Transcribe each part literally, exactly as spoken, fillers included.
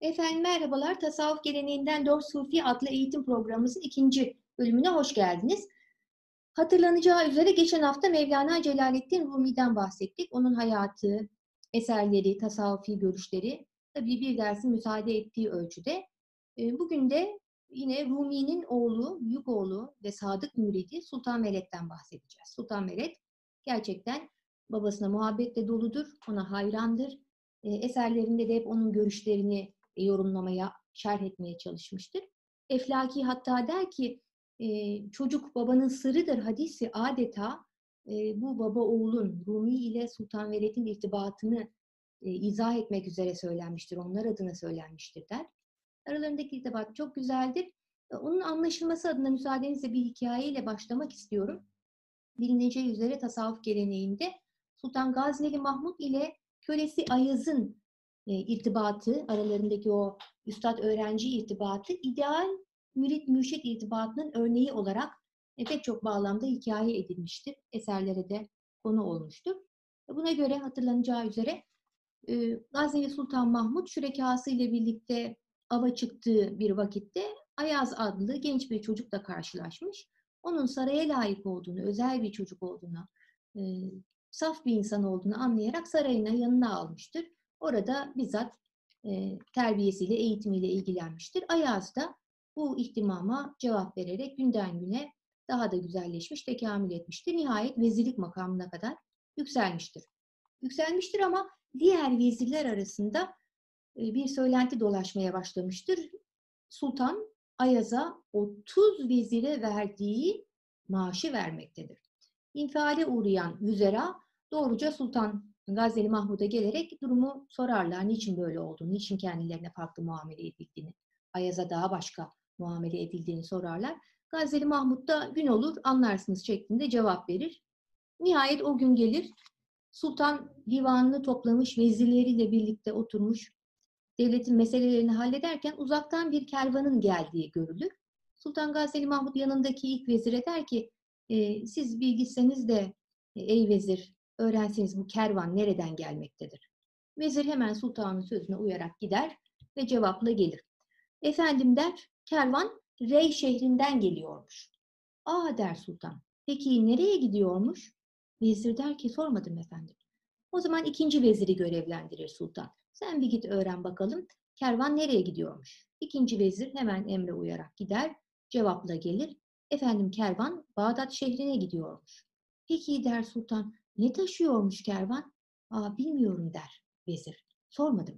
Efendim merhabalar. Tasavvuf Geleneğinden Dört Sufi adlı eğitim programımızın ikinci bölümüne hoş geldiniz. Hatırlanacağı üzere geçen hafta Mevlana Celaleddin Rumi'den bahsettik. Onun hayatı, eserleri, tasavvufi görüşleri tabii bir dersin müsaade ettiği ölçüde. E, Bugün de yine Rumi'nin oğlu, büyük oğlu ve sadık müridi Sultan Veled'den bahsedeceğiz. Sultan Veled gerçekten babasına muhabbetle doludur, ona hayrandır. E, eserlerinde de hep onun görüşlerini e, yorumlamaya, şerh etmeye çalışmıştır. Eflaki hatta der ki, e, çocuk babanın sırrıdır hadisi adeta e, bu baba oğulun Rumi ile Sultan Veled'in irtibatını e, izah etmek üzere söylenmiştir. Onlar adına söylenmiştir der. Aralarındaki irtibat çok güzeldir. E, Onun anlaşılması adına müsaadenizle bir hikayeyle başlamak istiyorum. Bilineceği üzere tasavvuf geleneğinde Sultan Gazneli Mahmud ile kölesi Ayaz'ın e, irtibatı, aralarındaki o üstad-öğrenci irtibatı ideal mürit-mürşit irtibatının örneği olarak e, pek çok bağlamda hikaye edilmiştir. Eserlere de konu olmuştur. Buna göre hatırlanacağı üzere e, Gazneli Sultan Mahmud şürekası ile birlikte ava çıktığı bir vakitte Ayaz adlı genç bir çocukla karşılaşmış. Onun saraya layık olduğunu, özel bir çocuk olduğunu, e, saf bir insan olduğunu anlayarak sarayına yanına almıştır. Orada bizzat e, terbiyesiyle, eğitimiyle ilgilenmiştir. Ayaz da bu ihtimama cevap vererek günden güne daha da güzelleşmiş, tekamül etmiştir. Nihayet vezirlik makamına kadar yükselmiştir. Yükselmiştir ama diğer vezirler arasında e, bir söylenti dolaşmaya başlamıştır. Sultan Ayaz'a otuz vezire verdiği maaşı vermektedir. İnfiale uğrayan vüzera doğruca Sultan Gazneli Mahmud'a gelerek durumu sorarlar. Niçin böyle olduğunu, niçin kendilerine farklı muamele edildiğini, Ayaz'a daha başka muamele edildiğini sorarlar. Gazneli Mahmud da gün olur anlarsınız şeklinde cevap verir. Nihayet o gün gelir. Sultan divanını toplamış, vezirleriyle birlikte oturmuş, devletin meselelerini hallederken uzaktan bir kervanın geldiği görülür. Sultan Gazneli Mahmud yanındaki ilk vezire der ki, e, siz bir gitseniz de e, ey vezir öğrenseniz bu kervan nereden gelmektedir. Vezir hemen sultanın sözüne uyarak gider ve cevapla gelir. Efendim der, kervan Rey şehrinden geliyormuş. Aa der sultan. Peki nereye gidiyormuş? Vezir der ki sormadım efendim. O zaman ikinci veziri görevlendirir sultan. Sen bir git öğren bakalım kervan nereye gidiyormuş. İkinci vezir hemen emre uyarak gider, cevapla gelir. Efendim kervan Bağdat şehrine gidiyormuş. Peki der sultan, ne taşıyormuş kervan? Aa bilmiyorum der vezir. Sormadım.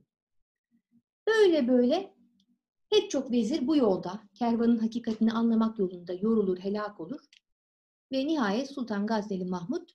Böyle böyle pek çok vezir bu yolda kervanın hakikatini anlamak yolunda yorulur, helak olur ve nihayet Sultan Gazneli Mahmud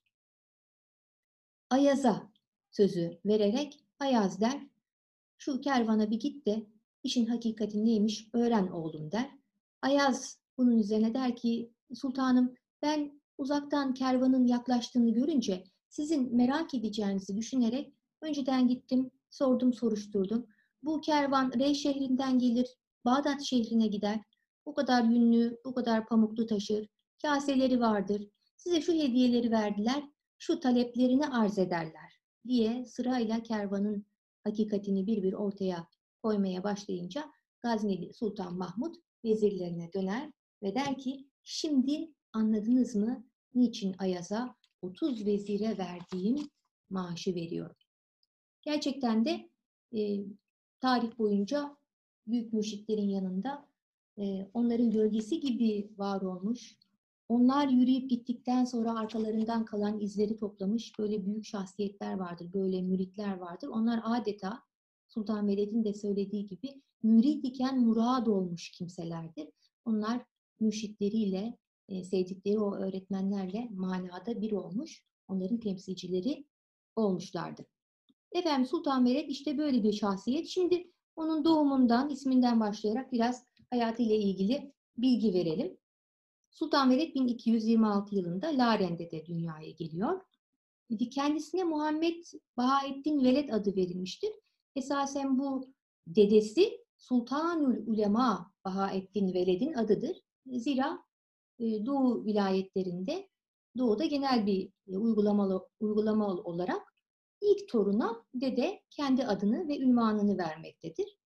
Ayaz'a sözü vererek Ayaz der, şu kervana bir git de işin hakikati neymiş öğren oğlum der. Ayaz bunun üzerine der ki sultanım ben uzaktan kervanın yaklaştığını görünce sizin merak edeceğinizi düşünerek önceden gittim, sordum, soruşturdum. Bu kervan Rey şehrinden gelir, Bağdat şehrine gider. Bu kadar yünlü, bu kadar pamuklu taşır. Kaseleri vardır. Size şu hediyeleri verdiler, şu taleplerini arz ederler diye sırayla kervanın hakikatini bir bir ortaya koymaya başlayınca Gazneli Sultan Mahmud vezirlerine döner ve der ki şimdi anladınız mı niçin Ayaz'a otuz vezire verdiğim maaşı veriyorum. Gerçekten de e, tarih boyunca büyük mürşitlerin yanında e, onların gölgesi gibi var olmuş. Onlar yürüyüp gittikten sonra arkalarından kalan izleri toplamış böyle büyük şahsiyetler vardır, böyle müritler vardır. Onlar adeta Sultan Veled'in de söylediği gibi mürit iken murad olmuş kimselerdir. Onlar mürşitleriyle, e, sevdikleri o öğretmenlerle manada bir olmuş, onların temsilcileri olmuşlardır. Efendim Sultan Veled işte böyle bir şahsiyet. Şimdi onun doğumundan, isminden başlayarak biraz hayatıyla ilgili bilgi verelim. Sultan Veled bin iki yüz yirmi altı yılında Laren'de dünyaya geliyor. Kendisine Muhammed Bahaettin Veled adı verilmiştir. Esasen bu dedesi Sultanül Ulema Bahaettin Veled'in adıdır. Zira e, Doğu vilayetlerinde, Doğu'da genel bir e, uygulamalı, uygulama olarak ilk toruna dede kendi adını ve ünvanını vermektedir.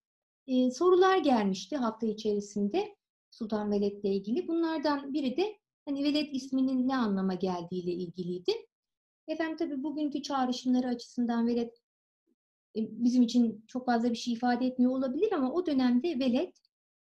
e, sorular gelmişti hafta içerisinde Sultan Veled'le ilgili. Bunlardan biri de hani Veled isminin ne anlama geldiğiyle ilgiliydi. Efendim tabii bugünkü çağrışımları açısından Veled e, bizim için çok fazla bir şey ifade etmiyor olabilir ama o dönemde Veled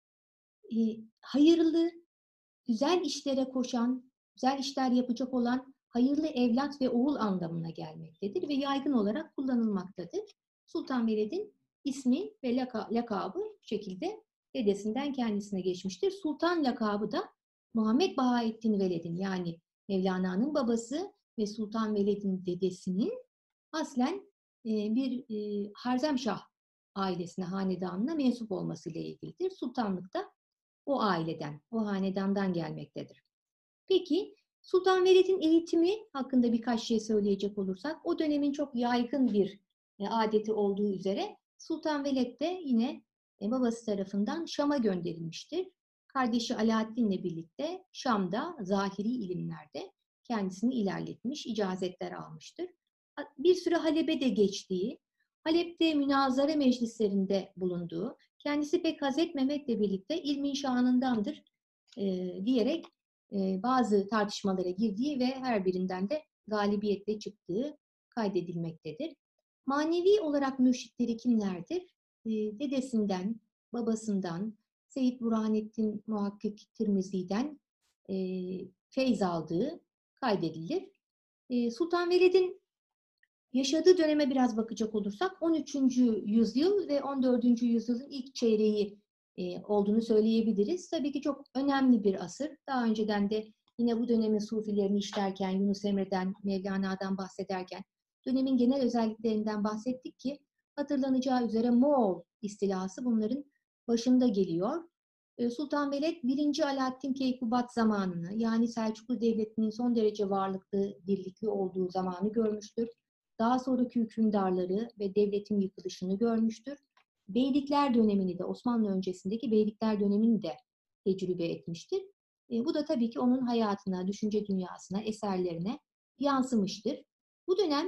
e, hayırlı, güzel işlere koşan, güzel işler yapacak olan hayırlı evlat ve oğul anlamına gelmektedir ve yaygın olarak kullanılmaktadır. Sultan Veled'in ismi ve laka, lakabı bu şekilde dedesinden kendisine geçmiştir. Sultan lakabı da Muhammed Bahaettin Veled'in yani Mevlana'nın babası ve Sultan Veled'in dedesinin aslen e, bir e, Harzemşah ailesine, hanedanına mensup olmasıyla ilgilidir. Sultanlık da o aileden, o hanedandan gelmektedir. Peki Sultan Veled'in eğitimi hakkında birkaç şey söyleyecek olursak, o dönemin çok yaygın bir e, adeti olduğu üzere Sultan Veled de yine e, babası tarafından Şam'a gönderilmiştir. Kardeşi Alaaddin'le birlikte Şam'da zahiri ilimlerde kendisini ilerletmiş, icazetler almıştır. Bir süre Halep'e de geçtiği, Halep'te münazara meclislerinde bulunduğu, kendisi pek haz etmemekle birlikte ilmin şanındandır e, diyerek e, bazı tartışmalara girdiği ve her birinden de galibiyetle çıktığı kaydedilmektedir. Manevi olarak mürşitleri kimlerdir? E, dedesinden, babasından, Seyyid Burhanettin Muhakkik Tirmizi'den e, feyz aldığı kaydedilir. E, Sultan Veled'in yaşadığı döneme biraz bakacak olursak on üçüncü yüzyıl ve on dördüncü yüzyılın ilk çeyreği e, olduğunu söyleyebiliriz. Tabii ki çok önemli bir asır. Daha önceden de yine bu dönemin sufilerini işlerken, Yunus Emre'den, Mevlana'dan bahsederken dönemin genel özelliklerinden bahsettik ki hatırlanacağı üzere Moğol istilası bunların başında geliyor. Sultan Veled birinci Alaaddin Keykubat zamanını yani Selçuklu Devleti'nin son derece varlıklı, birlikli olduğu zamanı görmüştür. Daha sonraki hükümdarları ve devletin yıkılışını görmüştür. Beylikler dönemini de, Osmanlı öncesindeki Beylikler dönemini de tecrübe etmiştir. E, bu da tabii ki onun hayatına, düşünce dünyasına, eserlerine yansımıştır. Bu dönem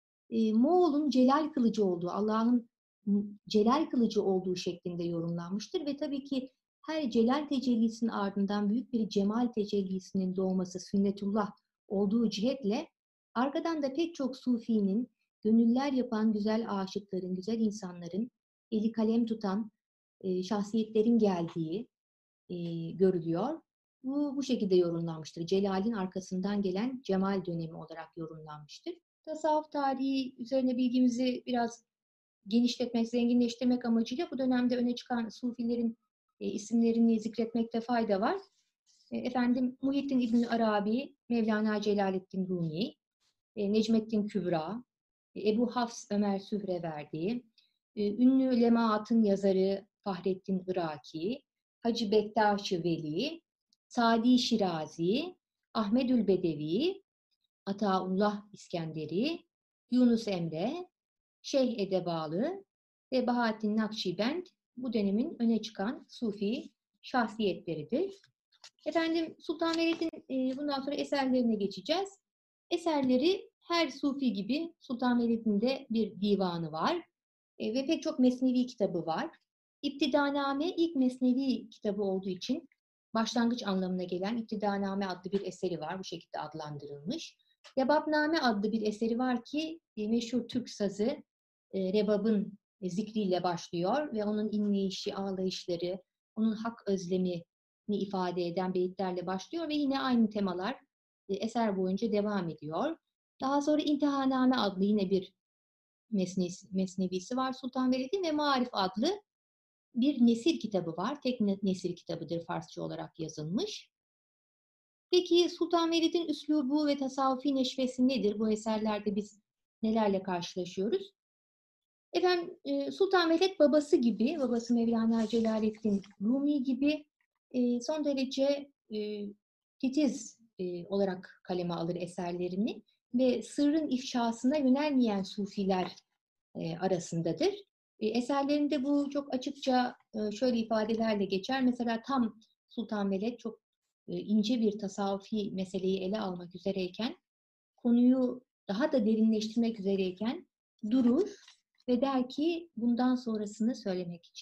e, Moğol'un celal kılıcı olduğu, Allah'ın celal kılıcı olduğu şeklinde yorumlanmıştır ve tabii ki her celal tecellisinin ardından büyük bir cemal tecellisinin doğması sünnetullah olduğu cihetle arkadan da pek çok sufinin, gönüller yapan güzel aşıkların, güzel insanların, eli kalem tutan e, şahsiyetlerin geldiği e, görülüyor. Bu, bu şekilde yorumlanmıştır. Celal'in arkasından gelen cemal dönemi olarak yorumlanmıştır. Tasavvuf tarihi üzerine bilgimizi biraz genişletmek, zenginleştirmek amacıyla bu dönemde öne çıkan sufilerin e, isimlerini zikretmekte fayda var. E, efendim Muhyiddin İbn Arabi, Mevlana Celaleddin Rumi, e, Necmettin Kübra, e, Ebu Hafs Ömer Sühreverdi, e, ünlü Lemaat'ın yazarı Fahrettin Iraki, Hacı Bektaş-ı Veli, Sadi Şirazi, Ahmedül Bedevi, Ataullah İskenderi, Yunus Emre, Şeyh Edebalı ve Bahattin Nakşibend bu dönemin öne çıkan sufi şahsiyetleridir. Efendim Sultan Veled'in e, bundan sonra eserlerine geçeceğiz. Eserleri her sufi gibi Sultan Veled'in de bir divanı var e, ve pek çok mesnevi kitabı var. İptidaname ilk mesnevi kitabı olduğu için başlangıç anlamına gelen İptidaname adlı bir eseri var. Bu şekilde adlandırılmış. Rebabname adlı bir eseri var ki e, meşhur Türk sazı e, rebabın e, zikriyle başlıyor ve onun inleyişi, ağlayışları, onun hak özlemini ifade eden beyitlerle başlıyor ve yine aynı temalar e, eser boyunca devam ediyor. Daha sonra İntihaname adlı yine bir mesnevisi, mesnevisi var Sultan Veled'in ve Marif adlı bir nesir kitabı var. Tek nesir kitabıdır Farsça olarak yazılmış. Peki Sultan Veled'in üslubu ve tasavvufi neşvesi nedir? Bu eserlerde biz nelerle karşılaşıyoruz? Efendim Sultan Veled babası gibi, babası Mevlana Celaleddin Rumi gibi son derece titiz olarak kaleme alır eserlerini ve sırrın ifşasına yönelmeyen sufiler arasındadır. Eserlerinde bu çok açıkça şöyle ifadelerle geçer. Mesela tam Sultan Veled çok ince bir tasavvufi meseleyi ele almak üzereyken, konuyu daha da derinleştirmek üzereyken durur ve der ki bundan sonrasını söylemek için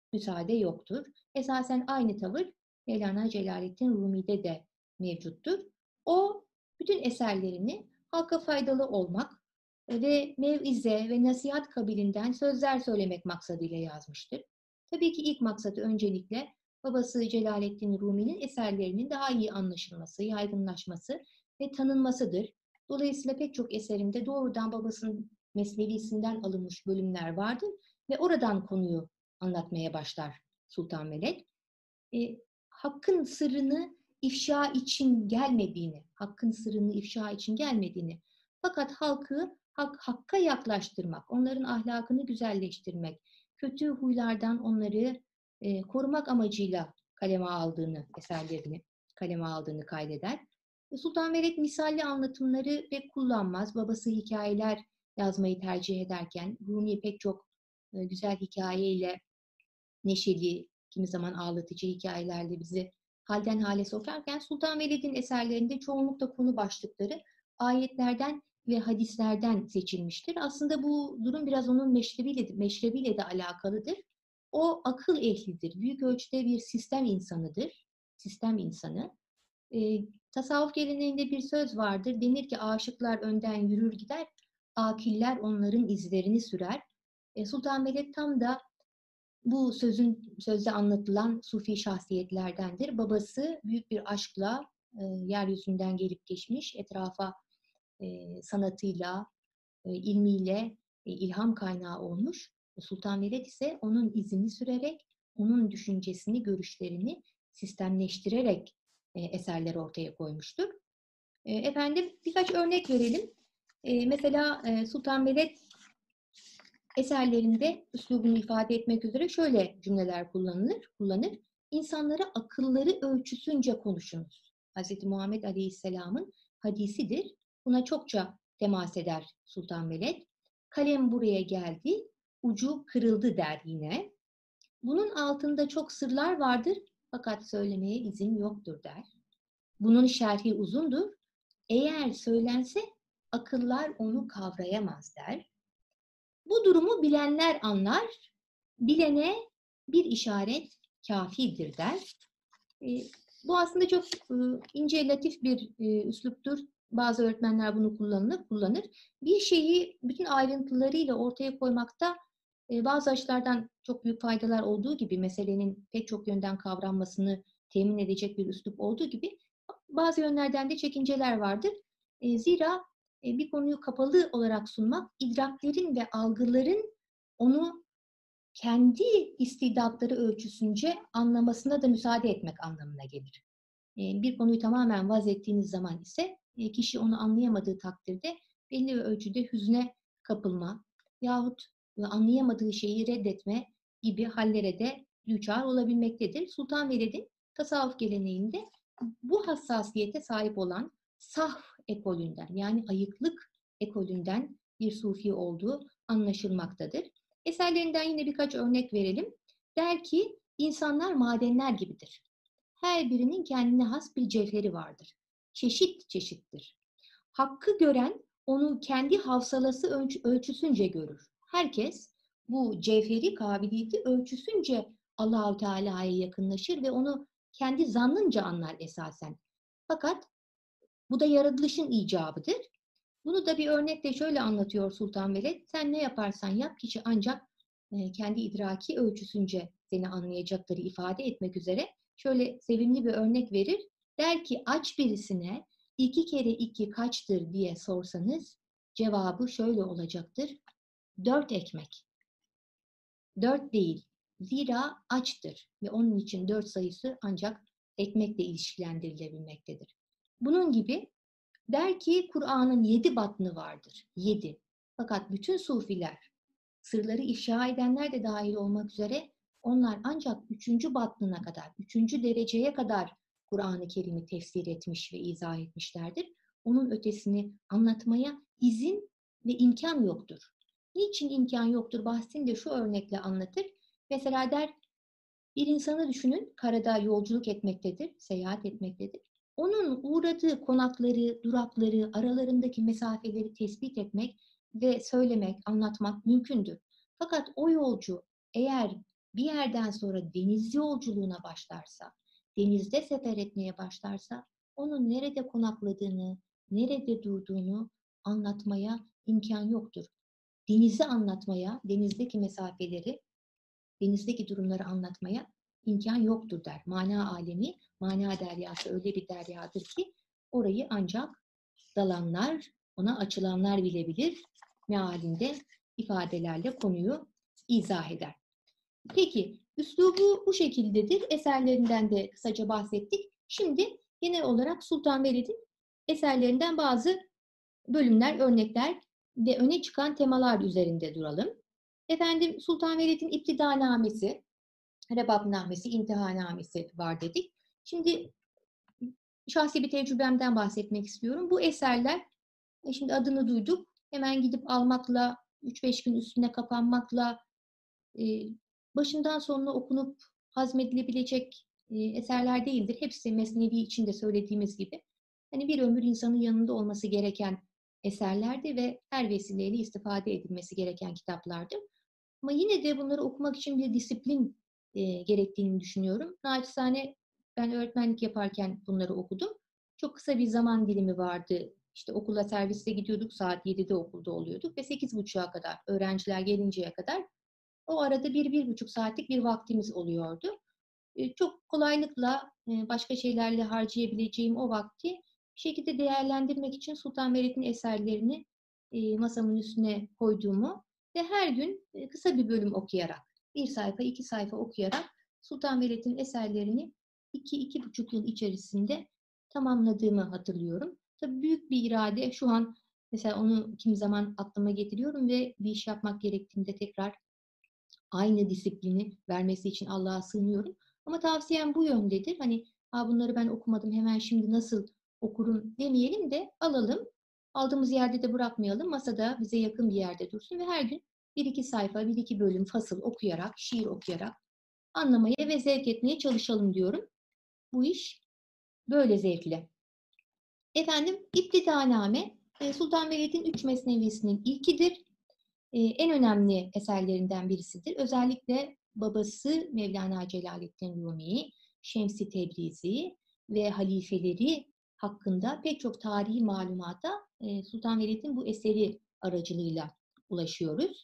müsaade yoktur. Esasen aynı tavır Mevlana Celaleddin Rumi'de de mevcuttur. O bütün eserlerini halka faydalı olmak ve mev'ize ve nasihat kabilinden sözler söylemek maksadıyla yazmıştır. Tabii ki ilk maksadı öncelikle babası Celaleddin Rumi'nin eserlerinin daha iyi anlaşılması, yaygınlaşması ve tanınmasıdır. Dolayısıyla pek çok eserinde doğrudan babasının mesnevisinden alınmış bölümler vardır ve oradan konuyu anlatmaya başlar Sultan Veled. E, hakkın sırrını ifşa için gelmediğini, hakkın sırrını ifşa için gelmediğini, fakat halkı hak, hakka yaklaştırmak, onların ahlakını güzelleştirmek, kötü huylardan onları e, korumak amacıyla kaleme aldığını, eserlerini kaleme aldığını kaydeder. Sultan Veled misalli anlatımları pek kullanmaz. Babası hikayeler yazmayı tercih ederken Rumi pek çok e, güzel hikayeyle neşeli, kimi zaman ağlatıcı hikayelerle bizi halden hale sokarken Sultan Veled'in eserlerinde çoğunlukla konu başlıkları ayetlerden ve hadislerden seçilmiştir. Aslında bu durum biraz onun meşrebiyle, meşrebiyle de alakalıdır. O akıl ehlidir. Büyük ölçüde bir sistem insanıdır. Sistem insanı. E, tasavvuf geleneğinde bir söz vardır. Denir ki aşıklar önden yürür gider, akiller onların izlerini sürer. E, Sultan Veled tam da bu sözün sözde anlatılan sufi şahsiyetlerdendir. Babası büyük bir aşkla e, yeryüzünden gelip geçmiş, etrafa e, sanatıyla, e, ilmiyle e, ilham kaynağı olmuş. Sultan Veled ise onun izini sürerek, onun düşüncesini, görüşlerini sistemleştirerek e, eserler ortaya koymuştur. E, efendim birkaç örnek verelim. E, mesela e, Sultan Veled eserlerinde üslubunu ifade etmek üzere şöyle cümleler kullanılır, kullanır. İnsanlara akılları ölçüsünce konuşunuz. Hz. Muhammed Aleyhisselam'ın hadisidir. Buna çokça temas eder Sultan Veled. Kalem buraya geldi, ucu kırıldı der yine. Bunun altında çok sırlar vardır fakat söylemeye izin yoktur der. Bunun şerhi uzundur. Eğer söylense akıllar onu kavrayamaz der. Bu durumu bilenler anlar, bilene bir işaret kafidir der. E, bu aslında çok e, ince, latif bir e, üsluptur. Bazı öğretmenler bunu kullanır, kullanır. Bir şeyi bütün ayrıntılarıyla ortaya koymakta e, bazı açılardan çok büyük faydalar olduğu gibi, meselenin pek çok yönden kavranmasını temin edecek bir üslup olduğu gibi, bazı yönlerden de çekinceler vardır. E, zira e, bir konuyu kapalı olarak sunmak, idraklerin ve algıların onu kendi istidatları ölçüsünce anlamasına da müsaade etmek anlamına gelir. E, bir konuyu tamamen vaz ettiğiniz zaman ise e, kişi onu anlayamadığı takdirde belli bir ölçüde hüzne kapılma yahut anlayamadığı şeyi reddetme gibi hallere de düçar olabilmektedir. Sultan Veled'in tasavvuf geleneğinde bu hassasiyete sahip olan sahf ekolünden, yani ayıklık ekolünden bir sufi olduğu anlaşılmaktadır. Eserlerinden yine birkaç örnek verelim. Der ki, insanlar madenler gibidir. Her birinin kendine has bir cevheri vardır. Çeşit çeşittir. Hakkı gören onu kendi havsalası ölç- ölçüsünce görür. Herkes bu cevheri, kabiliyeti ölçüsünce Allah-u Teala'ya yakınlaşır ve onu kendi zannınca anlar esasen. Fakat bu da yaratılışın icabıdır. Bunu da bir örnekle şöyle anlatıyor Sultan Veled. Sen ne yaparsan yap, kişi ancak e, kendi idraki ölçüsünce seni anlayacakları ifade etmek üzere şöyle sevimli bir örnek verir. Der ki, aç birisine iki kere iki kaçtır diye sorsanız cevabı şöyle olacaktır. Dört ekmek. Dört değil. Zira açtır ve onun için dört sayısı ancak ekmekle ilişkilendirilebilmektedir. Bunun gibi der ki, Kur'an'ın yedi batını vardır. Yedi. Fakat bütün sufiler, sırları ifşa edenler de dahil olmak üzere, onlar ancak üçüncü batnına kadar, üçüncü dereceye kadar Kur'an-ı Kerim'i tefsir etmiş ve izah etmişlerdir. Onun ötesini anlatmaya izin ve imkan yoktur. Niçin imkan yoktur? Bahsini de şu örnekle anlatır. Mesela der, bir insanı düşünün, karada yolculuk etmektedir, seyahat etmektedir. Onun uğradığı konakları, durakları, aralarındaki mesafeleri tespit etmek ve söylemek, anlatmak mümkündür. Fakat o yolcu eğer bir yerden sonra deniz yolculuğuna başlarsa, denizde sefer etmeye başlarsa, onun nerede konakladığını, nerede durduğunu anlatmaya imkan yoktur. Denizi anlatmaya, denizdeki mesafeleri, denizdeki durumları anlatmaya imkan yoktur der. Mana alemi, mana deryası öyle bir deryadır ki orayı ancak dalanlar, ona açılanlar bilebilir mealinde ifadelerle konuyu izah eder. Peki, üslubu bu şekildedir. Eserlerinden de kısaca bahsettik. Şimdi genel olarak Sultan Veled'in eserlerinden bazı bölümler, örnekler ve öne çıkan temalar üzerinde duralım. Efendim, Sultan Veled'in İptidanamesi, Rebabnamesi, İntihanamesi var dedik. Şimdi şahsi bir tecrübemden bahsetmek istiyorum. Bu eserler, şimdi adını duyduk, hemen gidip almakla, üç beş gün üstüne kapanmakla, başından sonuna okunup hazmedilebilecek eserler değildir. Hepsi Mesnevi için de söylediğimiz gibi hani bir ömür insanın yanında olması gereken eserlerdi ve her vesileyle istifade edilmesi gereken kitaplardı. Ama yine de bunları okumak için bir disiplin e, gerektiğini düşünüyorum. Naçizane ben öğretmenlik yaparken bunları okudum. Çok kısa bir zaman dilimi vardı. İşte okula serviste gidiyorduk, saat yedide okulda oluyorduk ve sekiz buçuğa kadar, öğrenciler gelinceye kadar o arada bir, bir buçuk saatlik bir vaktimiz oluyordu. Çok kolaylıkla başka şeylerle harcayabileceğim o vakti bir şekilde değerlendirmek için Sultan Veled'in eserlerini masamın üstüne koyduğumu ve her gün kısa bir bölüm okuyarak, bir sayfa, iki sayfa okuyarak Sultan Veled'in eserlerini iki, iki buçuk yıl içerisinde tamamladığımı hatırlıyorum. Tabii büyük bir irade. Şu an mesela onu kimi zaman aklıma getiriyorum ve bir iş yapmak gerektiğinde tekrar aynı disiplini vermesi için Allah'a sığınıyorum. Ama tavsiyem bu yöndedir. Hani bunları ben okumadım, hemen şimdi nasıl okurum demeyelim de alalım. Aldığımız yerde de bırakmayalım. Masada bize yakın bir yerde dursun ve her gün bir iki sayfa, bir iki bölüm fasıl okuyarak, şiir okuyarak anlamaya ve zevk etmeye çalışalım diyorum. Bu iş böyle zevkli. Efendim, İptidaname Sultan Veled'in üç mesnevisinin ilkidir. En önemli eserlerinden birisidir. Özellikle babası Mevlana Celaleddin Rumi, Şems-i Tebrizi ve halifeleri hakkında pek çok tarihi malumata Sultan Veled'in bu eseri aracılığıyla ulaşıyoruz.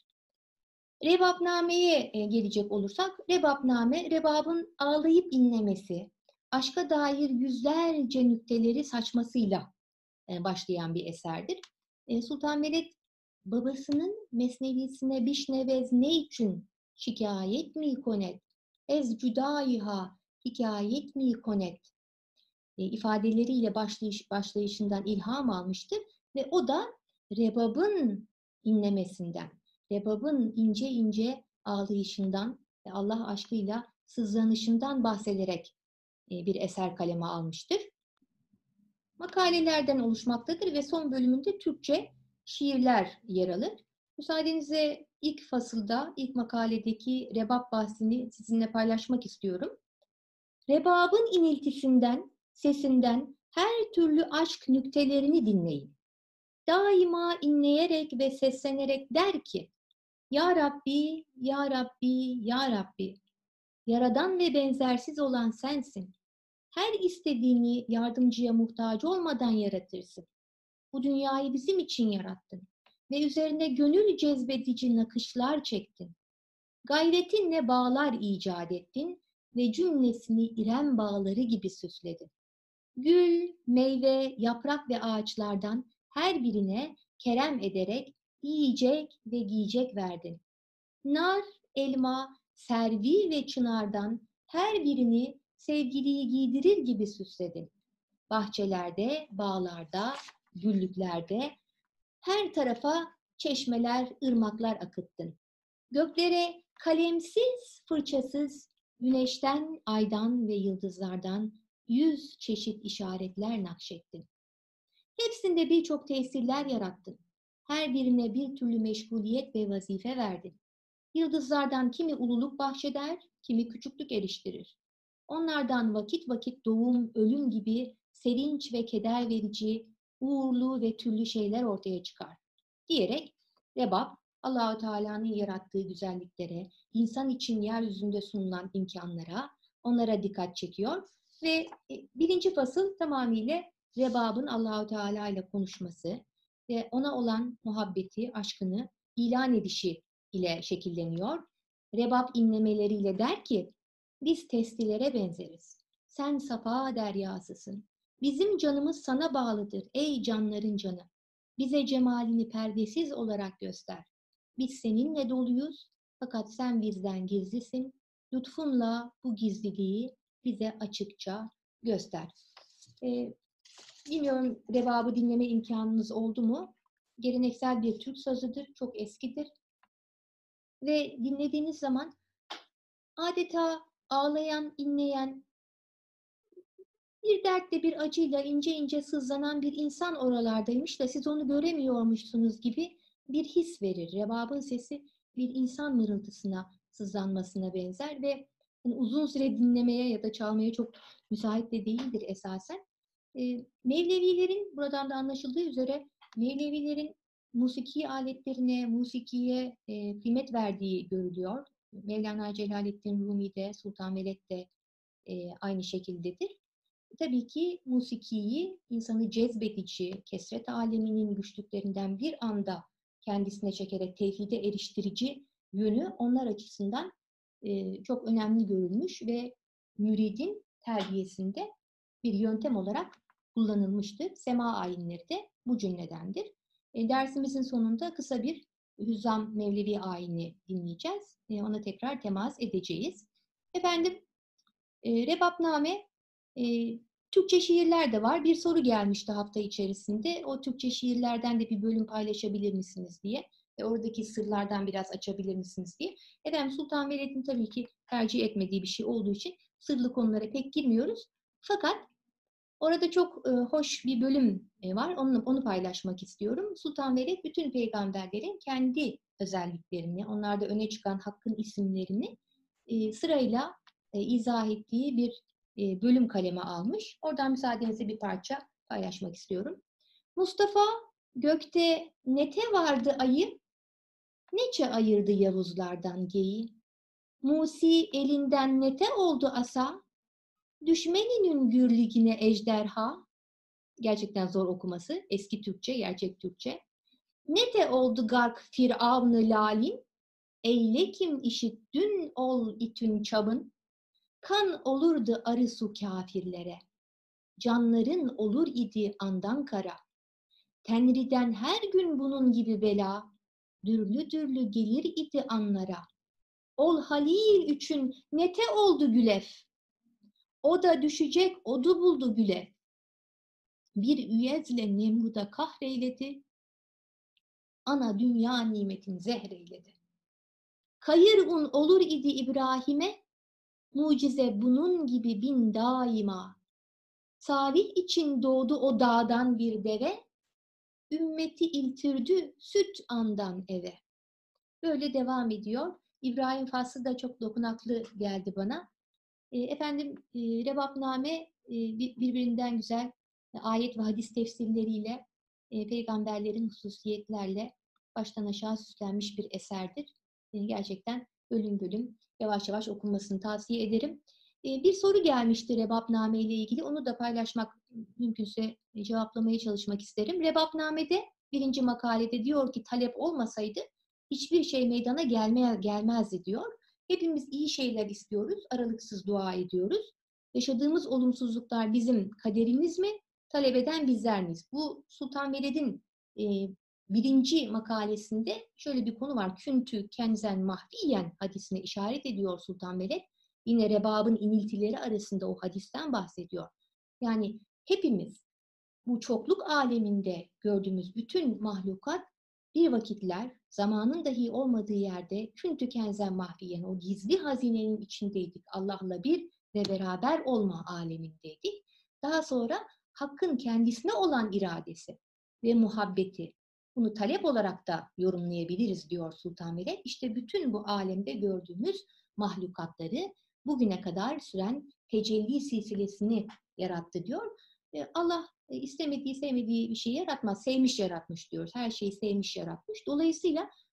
Rebabname'ye gelecek olursak, Rebabname, rebabın ağlayıp inlemesi, aşka dair yüzlerce nükteleri saçmasıyla başlayan bir eserdir. Sultan Veled babasının mesnevisine bişnevez ne için şikayet mi konet, ez cüdayiha hikayet mi konet e, ifadeleriyle başlayış, başlayışından ilham almıştır ve o da rebabın inlemesinden, rebabın ince ince ağlayışından ve Allah aşkıyla sızlanışından bahsederek e, bir eser kaleme almıştır. Makalelerden oluşmaktadır ve son bölümünde Türkçe şiirler yer alır. Müsaadenizle ilk fasılda, ilk makaledeki rebab bahsini sizinle paylaşmak istiyorum. Rebabın iniltisinden, sesinden her türlü aşk nüktelerini dinleyin. Daima inleyerek ve seslenerek der ki, Ya Rabbi, Ya Rabbi, Ya Rabbi, yaradan ve benzersiz olan sensin. Her istediğini yardımcıya muhtaç olmadan yaratırsın. Bu dünyayı bizim için yarattın ve üzerine gönül cezbedici nakışlar çektin. Gayretinle bağlar icat ettin ve cümlesini İrem bağları gibi süsledin. Gül, meyve, yaprak ve ağaçlardan her birine kerem ederek yiyecek ve giyecek verdin. Nar, elma, servi ve çınardan her birini sevgiliyi giydirir gibi süsledin. Bahçelerde, bağlarda, güllüklerde her tarafa çeşmeler, ırmaklar akıttın. Göklere kalemsiz, fırçasız, güneşten, aydan ve yıldızlardan yüz çeşit işaretler nakşettin. Hepsinde birçok tesirler yarattın. Her birine bir türlü meşguliyet ve vazife verdin. Yıldızlardan kimi ululuk bahşeder, kimi küçüklük eriştirir. Onlardan vakit vakit doğum, ölüm gibi sevinç ve keder verici, uğurlu ve türlü şeyler ortaya çıkar. Diyerek rebab Allah-u Teala'nın yarattığı güzelliklere, insan için yeryüzünde sunulan imkanlara, onlara dikkat çekiyor. Ve e, birinci fasıl tamamıyla Rebab'ın Allah-u Teala ile konuşması ve ona olan muhabbeti, aşkını ilan edişi ile şekilleniyor. Rebab inlemeleriyle der ki, biz testilere benzeriz. Sen safa deryasısın. Bizim canımız sana bağlıdır ey canların canı. Bize cemalini perdesiz olarak göster. Biz seninle doluyuz fakat sen bizden gizlisin. Lütfunla bu gizliliği bize açıkça göster. Ee, bilmiyorum Rebab'ı dinleme imkanınız oldu mu? Geleneksel bir Türk sazıdır, çok eskidir. Ve dinlediğiniz zaman adeta ağlayan, inleyen, bir dertle bir acıyla ince ince sızlanan bir insan oralardaymış da siz onu göremiyormuşsunuz gibi bir his verir. Rebabın sesi bir insan mırıltısına, sızlanmasına benzer ve yani uzun süre dinlemeye ya da çalmaya çok müsait de değildir esasen. E, Mevlevilerin, buradan da anlaşıldığı üzere, Mevlevilerin musiki aletlerine, musikiye e, kıymet verdiği görülüyor. Mevlana Celaleddin Rumi de, Sultan Veled de e, aynı şekildedir. Tabii ki musikiyi insanı cezbedici, kesret aleminin güçlüklerinden bir anda kendisine çekerek tevhide eriştirici yönü onlar açısından e, çok önemli görülmüş ve müridin terbiyesinde bir yöntem olarak kullanılmıştır. Sema ayinleri de bu cümledendir. E, dersimizin sonunda kısa bir Hüzzam Mevlevi ayini dinleyeceğiz. E, ona tekrar temas edeceğiz. Efendim, e, Rebapname, e, Türkçe şiirler de var. Bir soru gelmişti hafta içerisinde. O Türkçe şiirlerden de bir bölüm paylaşabilir misiniz diye. Ve oradaki sırlardan biraz açabilir misiniz diye. Efendim, Sultan Veled'in tabii ki tercih etmediği bir şey olduğu için sırlı konulara pek girmiyoruz. Fakat orada çok e, hoş bir bölüm e, var. Onu, onu paylaşmak istiyorum. Sultan Veled bütün peygamberlerin kendi özelliklerini, onlarda öne çıkan hakkın isimlerini e, sırayla e, izah ettiği bir e, bölüm kaleme almış. Oradan müsaadenizle bir parça paylaşmak istiyorum. Mustafa gökte nete vardı ayı, neçe ayırdı Yavuzlardan geyi. Musi elinden nete oldu asa, düşmeninin gürligine ejderha. Gerçekten zor okuması. Eski Türkçe, gerçek Türkçe. Nete oldu gark firavnı lalin, eyle kim işittün ol itün çabın. Kan olurdu arı su kafirlere, canların olur idi andan kara. Tenriden her gün bunun gibi bela, dürlü dürlü gelir idi anlara. Ol Halil üçün nete oldu gülef, o da düşecek odu buldu gülef. Bir üyezle Nemrud'a kahreyledi, ana dünya nimetin zehreyledi. Kayır un olur idi İbrahim'e, mucize bunun gibi bin daima. Salih için doğdu o dağdan bir deve, ümmeti iltirdi süt andan eve. Böyle devam ediyor. İbrahim faslı da çok dokunaklı geldi bana. E, efendim, e, Rebapname e, birbirinden güzel e, ayet ve hadis tefsirleriyle, e, peygamberlerin hususiyetlerle baştan aşağı süslenmiş bir eserdir. E, gerçekten bölüm bölüm yavaş yavaş okunmasını tavsiye ederim. E, bir soru gelmişti Rebapname ile ilgili. Onu da paylaşmak, mümkünse cevaplamaya çalışmak isterim. Rebapname'de birinci makalede diyor ki talep olmasaydı hiçbir şey meydana gelmeye, gelmezdi diyor. Hepimiz iyi şeyler istiyoruz, aralıksız dua ediyoruz. Yaşadığımız olumsuzluklar bizim kaderimiz mi, talep eden bizler miyiz? Bu Sultan Veled'in e, birinci makalesinde şöyle bir konu var. Küntü kenzen mahfiyen hadisine işaret ediyor Sultan Veled. Yine Rebab'ın iniltileri arasında o hadisten bahsediyor. Yani hepimiz bu çokluk aleminde gördüğümüz bütün mahlukat bir vakitler zamanın dahi olmadığı yerde küntü kenzen mahfiyen, o gizli hazinenin içindeydik. Allah'la bir ve beraber olma alemindeydik. Daha sonra Hakk'ın kendisine olan iradesi ve muhabbeti, bunu talep olarak da yorumlayabiliriz diyor Sultan Veled. İşte bütün bu alemde gördüğümüz mahlukatları bugüne kadar süren tecelli silsilesini yarattı diyor. Allah istemediği, sevmediği bir şeyi yaratmaz. Sevmiş yaratmış diyoruz. Her şeyi sevmiş yaratmış. Dolayısıyla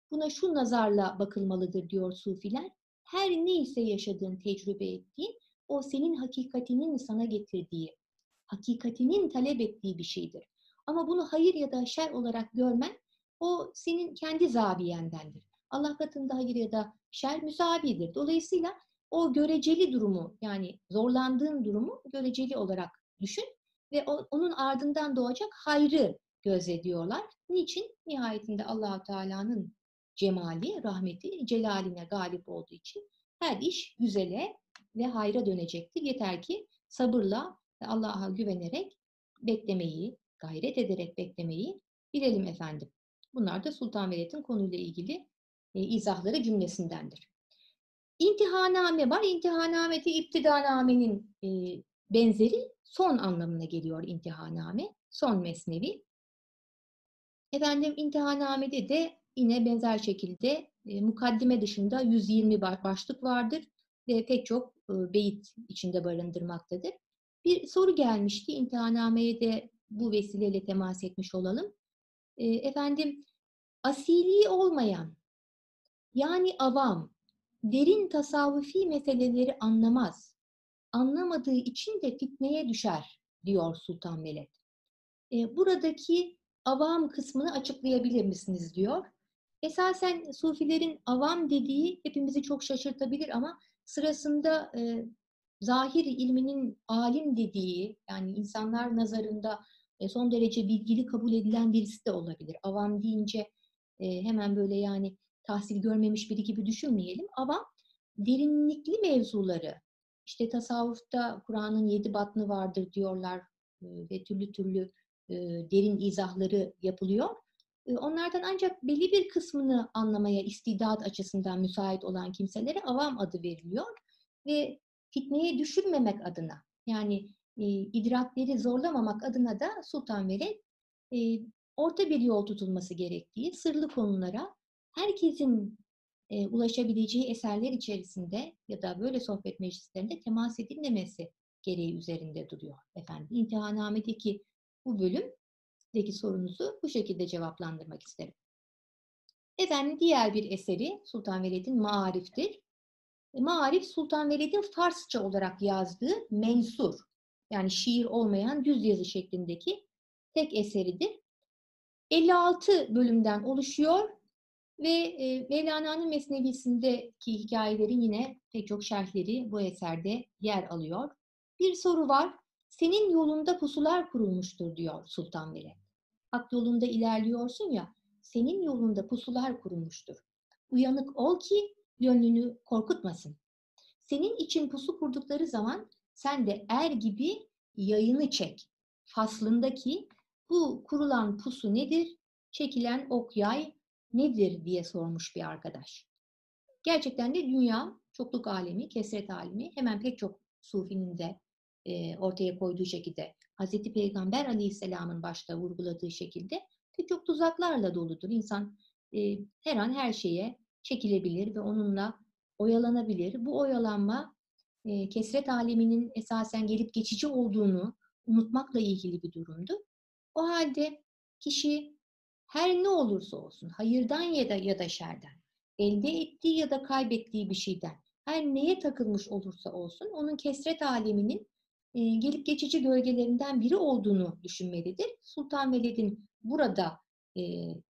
buna şu nazarla bakılmalıdır diyor Sufiler. Her neyse yaşadığın, tecrübe ettiğin, o senin hakikatinin sana getirdiği, hakikatinin talep ettiği bir şeydir. Ama bunu hayır ya da şer olarak görmen, o senin kendi zaviyendendir. Allah katında hayır ya da şer müsavidir. Dolayısıyla o göreceli durumu, yani zorlandığın durumu göreceli olarak düşün ve o, onun ardından doğacak hayrı gözlediyorlar. Niçin? Nihayetinde Allah-u Teala'nın cemali, rahmeti, celaline galip olduğu için her iş güzele ve hayra dönecektir. Yeter ki sabırla ve Allah'a güvenerek beklemeyi, gayret ederek beklemeyi bilelim efendim. Bunlar da Sultanveled'in konuyla ilgili e, izahları cümlesindendir. İmtihaname var. İmtihaname de iptidanamenin e, benzeri, son anlamına geliyor imtihaname. Son mesnevi. Efendim imtihanamede de yine benzer şekilde e, mukaddime dışında yüz yirmi başlık vardır ve pek çok e, beyit içinde barındırmaktadır. Bir soru gelmişti. İmtihanameye de bu vesileyle temas etmiş olalım. E, efendim asili olmayan, yani avam, derin tasavvufi meseleleri anlamaz. Anlamadığı için de fitneye düşer diyor Sultan Veled. E, buradaki avam kısmını açıklayabilir misiniz diyor. Esasen Sufilerin avam dediği hepimizi çok şaşırtabilir ama sırasında e, zahir ilminin alim dediği, yani insanlar nazarında e, son derece bilgili kabul edilen birisi de olabilir. Avam deyince e, hemen böyle yani tahsil görmemiş biri gibi düşünmeyelim. Avam derinlikli mevzuları, işte tasavvufta Kur'an'ın yedi batını vardır diyorlar e, ve türlü türlü e, derin izahları yapılıyor. E, onlardan ancak belli bir kısmını anlamaya istidat açısından müsait olan kimselere avam adı veriliyor ve fitneye düşürmemek adına, yani e, idrakleri zorlamamak adına da Sultan Veled e, orta bir yol tutulması gerektiği, sırlı konulara herkesin e, ulaşabileceği eserler içerisinde ya da böyle sohbet meclislerinde temas edilmemesi gereği üzerinde duruyor efendim. İmtihanamedeki bu bölümdeki sorunuzu bu şekilde cevaplandırmak isterim. Efendim diğer bir eseri Sultan Veled'in Maarif'tir. Maarif, Sultan Veled'in Farsça olarak yazdığı mensur, yani şiir olmayan düz yazı şeklindeki tek eseridir. elli altı bölümden oluşuyor ve e, Mevlana'nın Mesnevisindeki hikayelerin yine pek çok şerhleri bu eserde yer alıyor. Bir soru var. Senin yolunda pusular kurulmuştur diyor Sultan Veled. Hak yolunda ilerliyorsun ya, senin yolunda pusular kurulmuştur. Uyanık ol ki gönlünü korkutmasın. Senin için pusu kurdukları zaman sen de er gibi yayını çek. Faslındaki bu kurulan pusu nedir? Çekilen ok yay nedir diye sormuş bir arkadaş. Gerçekten de dünya, çokluk alemi, kesret alemi, hemen pek çok sufinin de e, ortaya koyduğu şekilde, Hazreti Peygamber Aleyhisselam'ın başta vurguladığı şekilde pek çok tuzaklarla doludur. İnsan e, her an her şeye çekilebilir ve onunla oyalanabilir. Bu oyalanma e, kesret aleminin esasen gelip geçici olduğunu unutmakla ilgili bir durumdu. O halde kişi her ne olursa olsun, hayırdan ya da ya da şerden, elde ettiği ya da kaybettiği bir şeyden, her neye takılmış olursa olsun, onun kesret aleminin e, gelip geçici gölgelerinden biri olduğunu düşünmelidir. Sultan Veled'in burada e,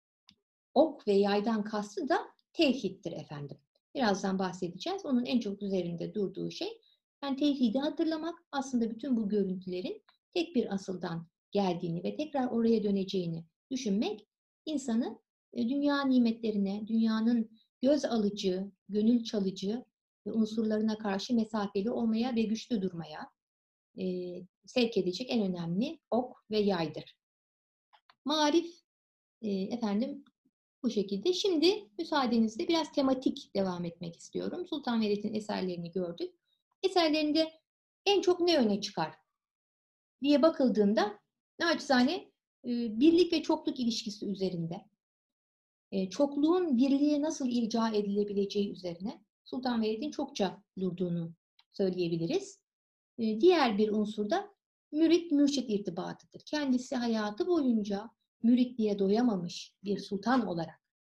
ok ve yaydan kastı da tevhiddir efendim. Birazdan bahsedeceğiz. Onun en çok üzerinde durduğu şey, yani tevhidi hatırlamak, aslında bütün bu görüntülerin tek bir asıldan geldiğini ve tekrar oraya döneceğini düşünmek, insanı dünya nimetlerine, dünyanın göz alıcı, gönül çalıcı ve unsurlarına karşı mesafeli olmaya ve güçlü durmaya e, sevk edecek en önemli ok ve yaydır. Marif e, efendim bu şekilde. Şimdi müsaadenizle biraz tematik devam etmek istiyorum. Sultan Veled'in eserlerini gördük. Eserlerinde en çok ne öne çıkar diye bakıldığında naçizane e, birlik ve çokluk ilişkisi üzerinde, e, çokluğun birliğe nasıl ilca edilebileceği üzerine Sultan Veled'in çokça durduğunu söyleyebiliriz. E, diğer bir unsur da mürit-mürşit irtibatıdır. Kendisi hayatı boyunca müritliğe doyamamış bir sultan olarak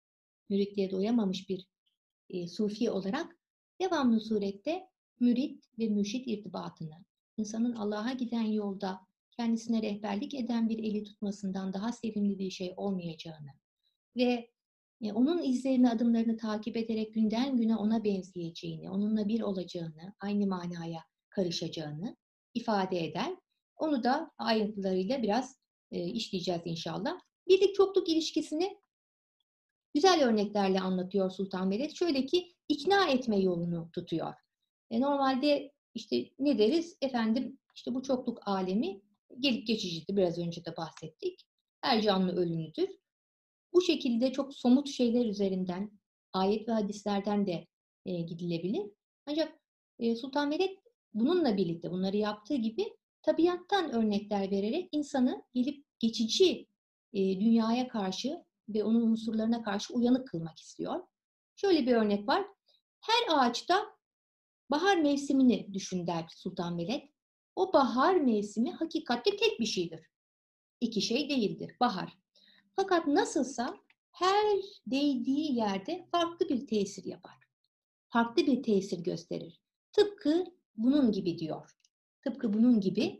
müritliğe doyamamış bir e, sufi olarak devamlı surette mürit ve mürşit irtibatını, insanın Allah'a giden yolda kendisine rehberlik eden bir eli tutmasından daha sevimli bir şey olmayacağını ve e, onun izlerini, adımlarını takip ederek günden güne ona benzeyeceğini, onunla bir olacağını, aynı manaya karışacağını ifade eder. Onu da ayrıntılarıyla biraz e, işleyeceğiz inşallah. Birlik çokluk ilişkisini güzel örneklerle anlatıyor Sultan Veled. Şöyle ki ikna etme yolunu tutuyor. E, normalde işte ne deriz? Efendim işte bu çokluk alemi gelip geçicidir. Biraz önce de bahsettik. Her canlı ölümlüdür. Bu şekilde çok somut şeyler üzerinden, ayet ve hadislerden de e, gidilebilir. Ancak e, Sultan Veled bununla birlikte bunları yaptığı gibi tabiattan örnekler vererek insanı gelip geçici e, dünyaya karşı ve onun unsurlarına karşı uyanık kılmak istiyor. Şöyle bir örnek var. Her ağaçta bahar mevsimini düşün der Sultan Veled. O bahar mevsimi hakikatte tek bir şeydir. İki şey değildir. Bahar. Fakat nasılsa her değdiği yerde farklı bir tesir yapar. Farklı bir tesir gösterir. Tıpkı bunun gibi diyor. Tıpkı bunun gibi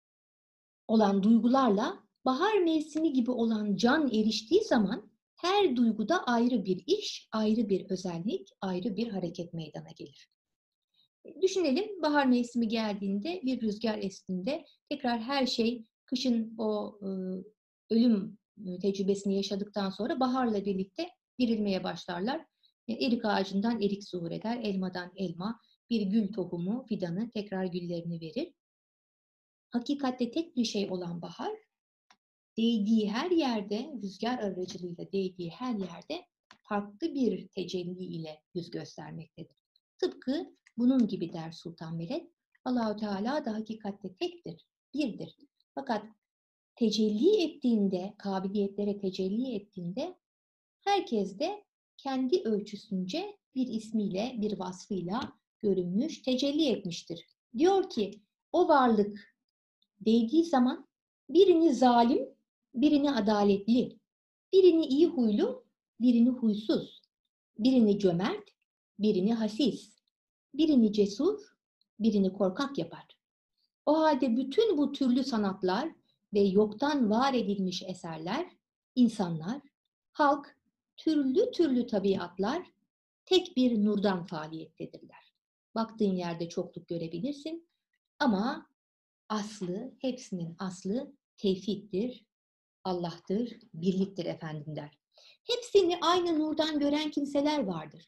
olan duygularla bahar mevsimi gibi olan can eriştiği zaman her duyguda ayrı bir iş, ayrı bir özellik, ayrı bir hareket meydana gelir. Düşünelim bahar mevsimi geldiğinde bir rüzgar estiğinde tekrar her şey kışın o e, ölüm tecrübesini yaşadıktan sonra baharla birlikte dirilmeye başlarlar. E, erik ağacından erik zuhur eder, elmadan elma, bir gül tohumu, fidanı tekrar güllerini verir. Hakikatte tek bir şey olan bahar, değdiği her yerde, rüzgar aracılığıyla değdiği her yerde farklı bir tecelli ile yüz göstermektedir. Tıpkı bunun gibi der Sultan Veled. Allahu Teala da hakikatte tektir, birdir. Fakat tecelli ettiğinde, kabiliyetlere tecelli ettiğinde herkes de kendi ölçüsünce bir ismiyle, bir vasfıyla görünmüş, tecelli etmiştir. Diyor ki o varlık değdiği zaman birini zalim, birini adaletli, birini iyi huylu, birini huysuz, birini cömert, birini hasis, birini cesur, birini korkak yapar. O halde bütün bu türlü sanatlar ve yoktan var edilmiş eserler, insanlar, halk, türlü türlü tabiatlar tek bir nurdan faaliyettedirler. Baktığın yerde çokluk görebilirsin ama aslı, hepsinin aslı tevhiddir, Allah'tır, birliktir efendim der. Hepsini aynı nurdan gören kimseler vardır.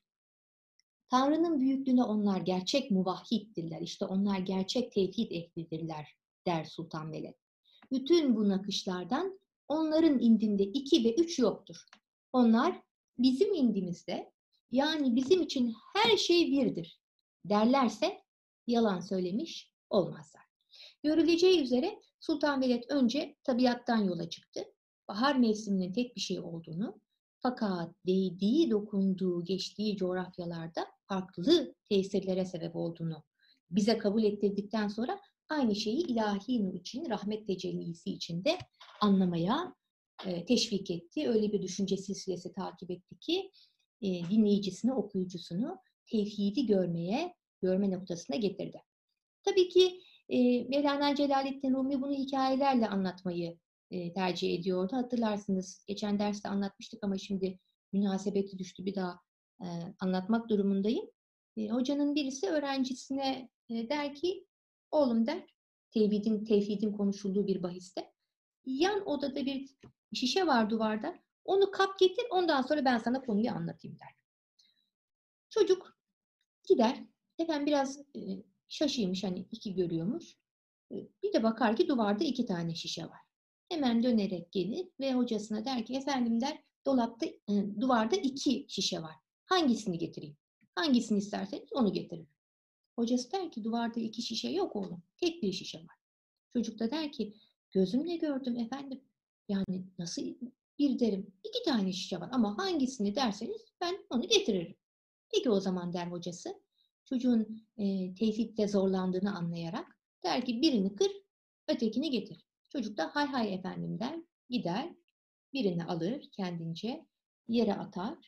Tanrı'nın büyüklüğüne onlar gerçek muvahhiddirler. İşte onlar gerçek tevhid ehlidirler der Sultan Veled. Bütün bu nakışlardan onların indinde iki ve üç yoktur. Onlar bizim indimizde, yani bizim için her şey birdir derlerse yalan söylemiş olmazlar. Görüleceği üzere Sultan Veled önce tabiattan yola çıktı. Bahar mevsiminin tek bir şey olduğunu, fakat değdiği, dokunduğu, geçtiği coğrafyalarda farklı tesirlere sebep olduğunu bize kabul ettirdikten sonra aynı şeyi ilahi nur için, rahmet tecellisi için de anlamaya e, teşvik etti. Öyle bir düşünce silsilesi takip etti ki e, dinleyicisini, okuyucusunu tevhidi görmeye, görme noktasına getirdi. Tabii ki e, Mevlana Celaleddin Rumi bunu hikayelerle anlatmayı e, tercih ediyordu. Hatırlarsınız geçen derste anlatmıştık ama şimdi münasebeti düştü bir daha e, anlatmak durumundayım. E, hocanın birisi öğrencisine e, der ki, oğlum der, tevhidin, tevhidin konuşulduğu bir bahiste, yan odada bir şişe var duvarda, onu kap getir ondan sonra ben sana konuyu anlatayım der. Çocuk gider, efendim biraz e, şaşıymış, hani iki görüyormuş. Bir de bakar ki duvarda iki tane şişe var. Hemen dönerek gelir ve hocasına der ki, efendim der, dolapta, e, duvarda iki şişe var. Hangisini getireyim? Hangisini isterseniz onu getirir. Hocası der ki, duvarda iki şişe yok oğlum. Tek bir şişe var. Çocuk da der ki, gözümle gördüm efendim. Yani nasıl bir derim? İki tane şişe var ama hangisini derseniz ben onu getiririm. Peki o zaman der hocası. Çocuğun e, tevhidde zorlandığını anlayarak der ki birini kır, ötekini getir. Çocuk da hay hay efendim der, gider, birini alır kendince, yere atar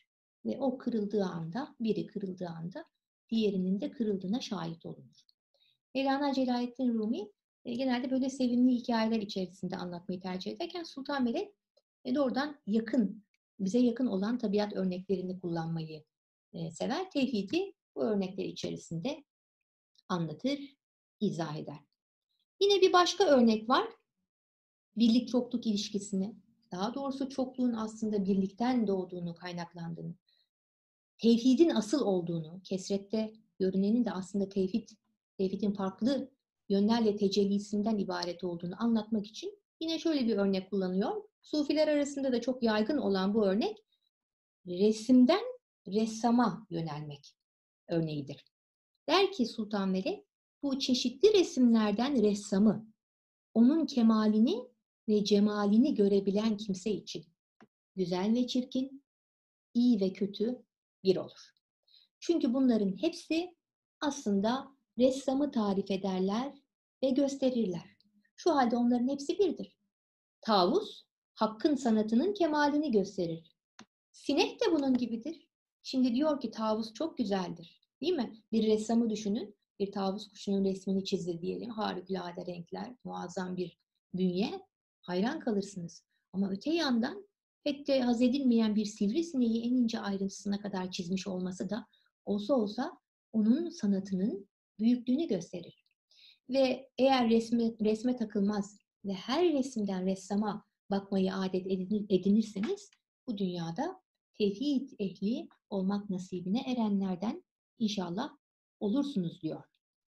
ve o kırıldığı anda, biri kırıldığı anda diğerinin de kırıldığına şahit olunur. Mevlana Celaleddin Rumi e, genelde böyle sevimli hikayeler içerisinde anlatmayı tercih ederken Sultan Melek e, doğrudan yakın, bize yakın olan tabiat örneklerini kullanmayı e, sever. Tevhidi bu örnekler içerisinde anlatır, izah eder. Yine bir başka örnek var. Birlik çokluk ilişkisini, daha doğrusu çokluğun aslında birlikten doğduğunu, kaynaklandığını, tevhidin asıl olduğunu, kesrette görünenin de aslında tevhid, tevhidin farklı yönlerle tecellisinden ibaret olduğunu anlatmak için yine şöyle bir örnek kullanıyor. Sufiler arasında da çok yaygın olan bu örnek, resimden ressama yönelmek örneğidir. Der ki Sultan Melek, bu çeşitli resimlerden ressamı, onun kemalini ve cemalini görebilen kimse için güzel ve çirkin, iyi ve kötü bir olur. Çünkü bunların hepsi aslında ressamı tarif ederler ve gösterirler. Şu halde onların hepsi birdir. Tavus, hakkın sanatının kemalini gösterir. Sinek de bunun gibidir. Şimdi diyor ki tavus çok güzeldir. Değil mi? Bir ressamı düşünün. Bir tavus kuşunun resmini çizdi diyelim. Harikulade renkler, muazzam bir bünye. Hayran kalırsınız. Ama öte yandan pek de haz edilmeyen bir sivrisineği en ince ayrıntısına kadar çizmiş olması da olsa olsa onun sanatının büyüklüğünü gösterir. Ve eğer resme, resme takılmaz ve her resimden ressama bakmayı adet edinirseniz bu dünyada tevhid ehli olmak nasibine erenlerden inşallah olursunuz diyor.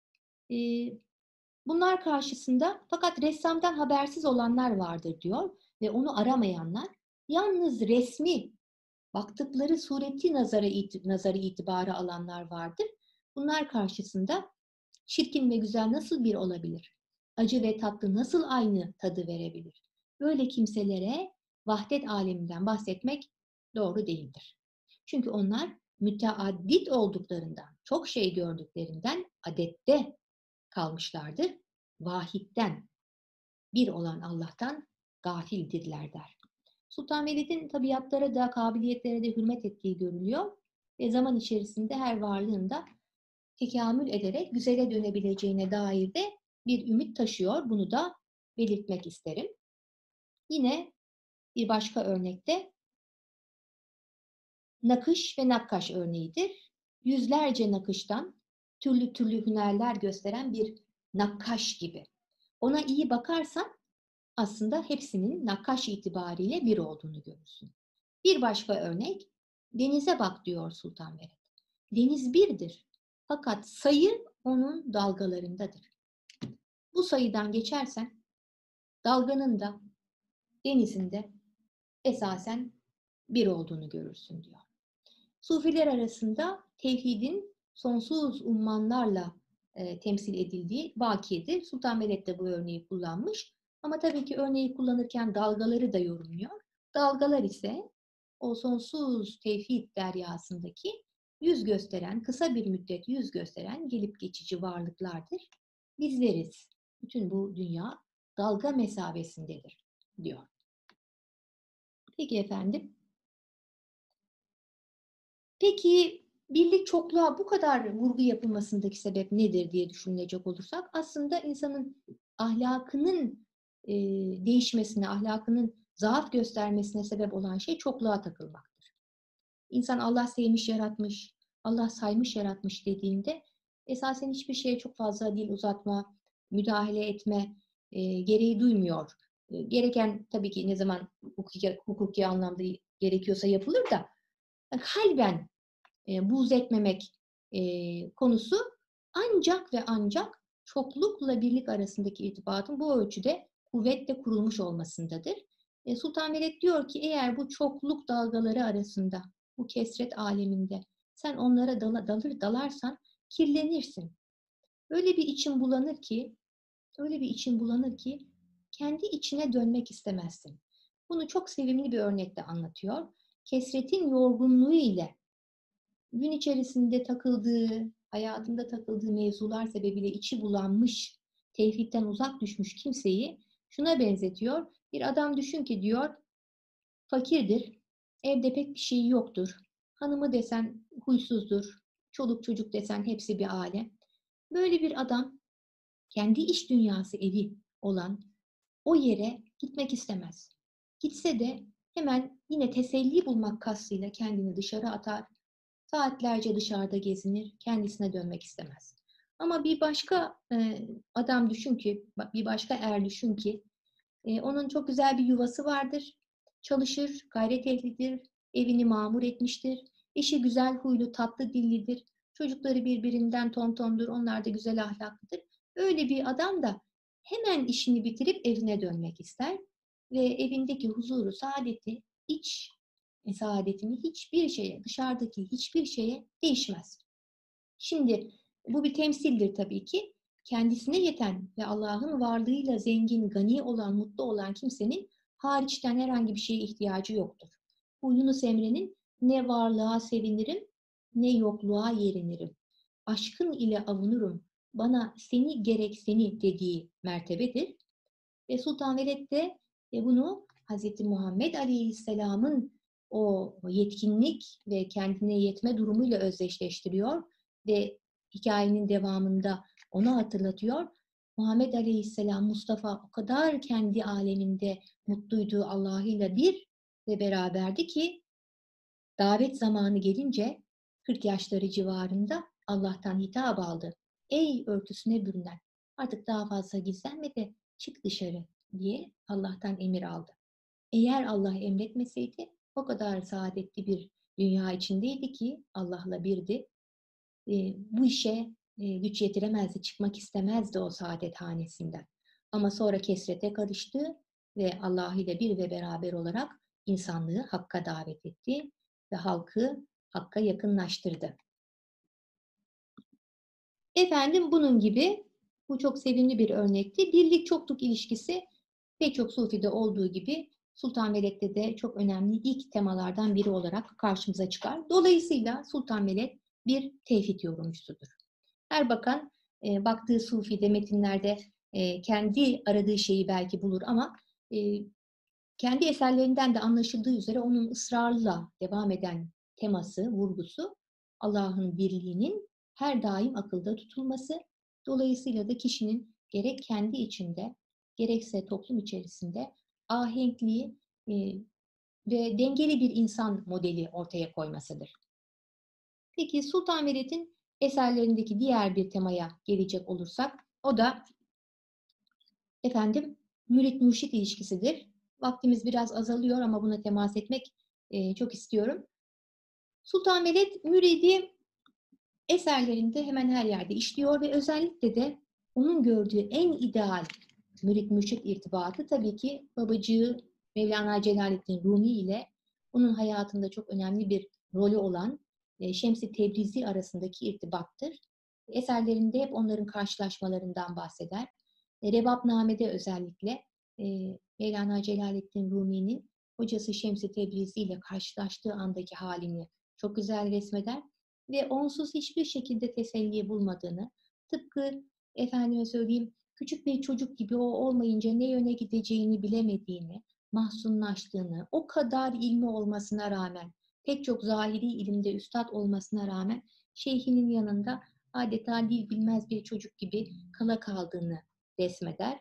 Ee, bunlar karşısında fakat ressamdan habersiz olanlar vardır diyor ve onu aramayanlar, yalnız resmi baktıkları sureti nazara, it nazarı itibara alanlar vardır. Bunlar karşısında çirkin ve güzel nasıl bir olabilir? Acı ve tatlı nasıl aynı tadı verebilir? Böyle kimselere vahdet aleminden bahsetmek doğru değildir. Çünkü onlar müteaddit olduklarından, çok şey gördüklerinden adette kalmışlardır. Vahitten, bir olan Allah'tan gafildirler der. Sultan Velid'in tabiatlara da, kabiliyetlere de hürmet ettiği görülüyor ve zaman içerisinde her varlığında tekamül ederek güzele dönebileceğine dair de bir ümit taşıyor. Bunu da belirtmek isterim. Yine bir başka örnekte nakış ve nakkaş örneğidir. Yüzlerce nakıştan türlü türlü hünerler gösteren bir nakkaş gibi. Ona iyi bakarsan aslında hepsinin nakkaş itibariyle bir olduğunu görürsün. Bir başka örnek, denize bak diyor Sultan Veled. Deniz birdir. Fakat sayı onun dalgalarındadır. Bu sayıdan geçersen dalganın da denizin de esasen bir olduğunu görürsün diyor. Sufiler arasında tevhidin sonsuz ummanlarla e, temsil edildiği vakidir. Sultan Veled de bu örneği kullanmış. Ama tabii ki örneği kullanırken dalgaları da yorumluyor. Dalgalar ise o sonsuz tevhid deryasındaki yüz gösteren, kısa bir müddet yüz gösteren gelip geçici varlıklardır. Bizleriz. Bütün bu dünya dalga mesabesindedir diyor. Peki efendim. Peki birlik çokluğa bu kadar vurgu yapılmasındaki sebep nedir diye düşünecek olursak aslında insanın ahlakının e, değişmesine, ahlakının zaaf göstermesine sebep olan şey çokluğa takılmaktır. İnsan Allah sevmiş, yaratmış, Allah saymış, yaratmış dediğinde esasen hiçbir şeye çok fazla dil uzatma, müdahale etme e, gereği duymuyor. E, gereken tabii ki ne zaman hukuki, hukuki anlamda gerekiyorsa yapılır da kalben e, buğz etmemek e, konusu ancak ve ancak çoklukla birlik arasındaki irtibatın bu ölçüde kuvvetle kurulmuş olmasındadır. E, Sultan Veled diyor ki eğer bu çokluk dalgaları arasında, bu kesret aleminde sen onlara dal dalır dalarsan kirlenirsin. Öyle bir için bulanır ki, öyle bir için bulanır ki kendi içine dönmek istemezsin. Bunu çok sevimli bir örnekle anlatıyor. Kesretin yorgunluğu ile gün içerisinde takıldığı, hayatında takıldığı mevzular sebebiyle içi bulanmış, tevhidden uzak düşmüş kimseyi şuna benzetiyor. Bir adam düşün ki diyor, fakirdir, evde pek bir şey yoktur. Hanımı desen huysuzdur, çoluk çocuk desen hepsi bir aile. Böyle bir adam kendi iç dünyası evi olan o yere gitmek istemez. Gitse de hemen yine teselli bulmak kastıyla kendini dışarı atar, saatlerce dışarıda gezinir, kendisine dönmek istemez. Ama bir başka e, adam düşün ki, bir başka er düşün ki, e, onun çok güzel bir yuvası vardır, çalışır, gayret ehlidir, evini mamur etmiştir, eşi güzel huylu, tatlı dillidir, çocukları birbirinden tontondur, onlar da güzel ahlaklıdır. Öyle bir adam da hemen işini bitirip evine dönmek ister ve evindeki huzuru, saadeti, iç e, saadetini hiçbir şeye, dışarıdaki hiçbir şeye değişmez. Şimdi bu bir temsildir tabii ki. Kendisine yeten ve Allah'ın varlığıyla zengin, gani olan, mutlu olan kimsenin hariçten herhangi bir şeye ihtiyacı yoktur. Bu Yunus Emre'nin ne varlığa sevinirim, ne yokluğa yerinirim. Aşkın ile avunurum, bana seni gerek seni dediği mertebedir. Ve Sultan Veled de e, bunu Hazreti Muhammed Aleyhisselam'ın o yetkinlik ve kendine yetme durumuyla özdeşleştiriyor ve hikayenin devamında onu hatırlatıyor. Muhammed Aleyhisselam, Mustafa o kadar kendi aleminde mutluydu, Allah'ıyla bir ve beraberdi ki davet zamanı gelince kırk yaşları civarında Allah'tan hitap aldı. Ey örtüsüne bürünen, artık daha fazla gizlenme de çık dışarı diye Allah'tan emir aldı. Eğer Allah emretmeseydi o kadar saadetli bir dünya içindeydi ki Allah'la birdi. E, bu işe e, güç yetiremezdi, çıkmak istemezdi o saadet hanesinden. Ama sonra kesrete karıştı ve Allah ile bir ve beraber olarak insanlığı Hakk'a davet etti ve halkı Hakk'a yakınlaştırdı. Efendim bunun gibi, bu çok sevimli bir örnekti. Birlik çokluk ilişkisi pek çok sufide olduğu gibi Sultan Veled'de de çok önemli ilk temalardan biri olarak karşımıza çıkar. Dolayısıyla Sultan Veled bir tevhid yorumcusudur. Erbakan e, baktığı sufide metinlerde e, kendi aradığı şeyi belki bulur ama e, kendi eserlerinden de anlaşıldığı üzere onun ısrarla devam eden teması, vurgusu Allah'ın birliğinin her daim akılda tutulması. Dolayısıyla da kişinin gerek kendi içinde gerekse toplum içerisinde ahenkli e, ve dengeli bir insan modeli ortaya koymasıdır. Peki Sultan Veled'in eserlerindeki diğer bir temaya gelecek olursak, o da efendim mürit-mürşit ilişkisidir. Vaktimiz biraz azalıyor ama buna temas etmek e, çok istiyorum. Sultan Veled müridi eserlerinde hemen her yerde işliyor ve özellikle de onun gördüğü en ideal mürit-mürşit irtibatı tabii ki babacığı Mevlana Celaleddin Rumi ile onun hayatında çok önemli bir rolü olan e, Şems-i Tebrizi arasındaki irtibattır. Eserlerinde hep onların karşılaşmalarından bahseder. E, Rebapname'de özellikle e, Mevlana Celaleddin Rumi'nin hocası Şems-i Tebrizi ile karşılaştığı andaki halini çok güzel resmeder ve onsuz hiçbir şekilde teselli bulmadığını, tıpkı efendime söyleyeyim küçük bir çocuk gibi o olmayınca ne yöne gideceğini bilemediğini, mahzunlaştığını, o kadar ilmi olmasına rağmen, pek çok zahiri ilimde üstad olmasına rağmen şeyhinin yanında adeta dil bilmez bir çocuk gibi kala kaldığını resmeder.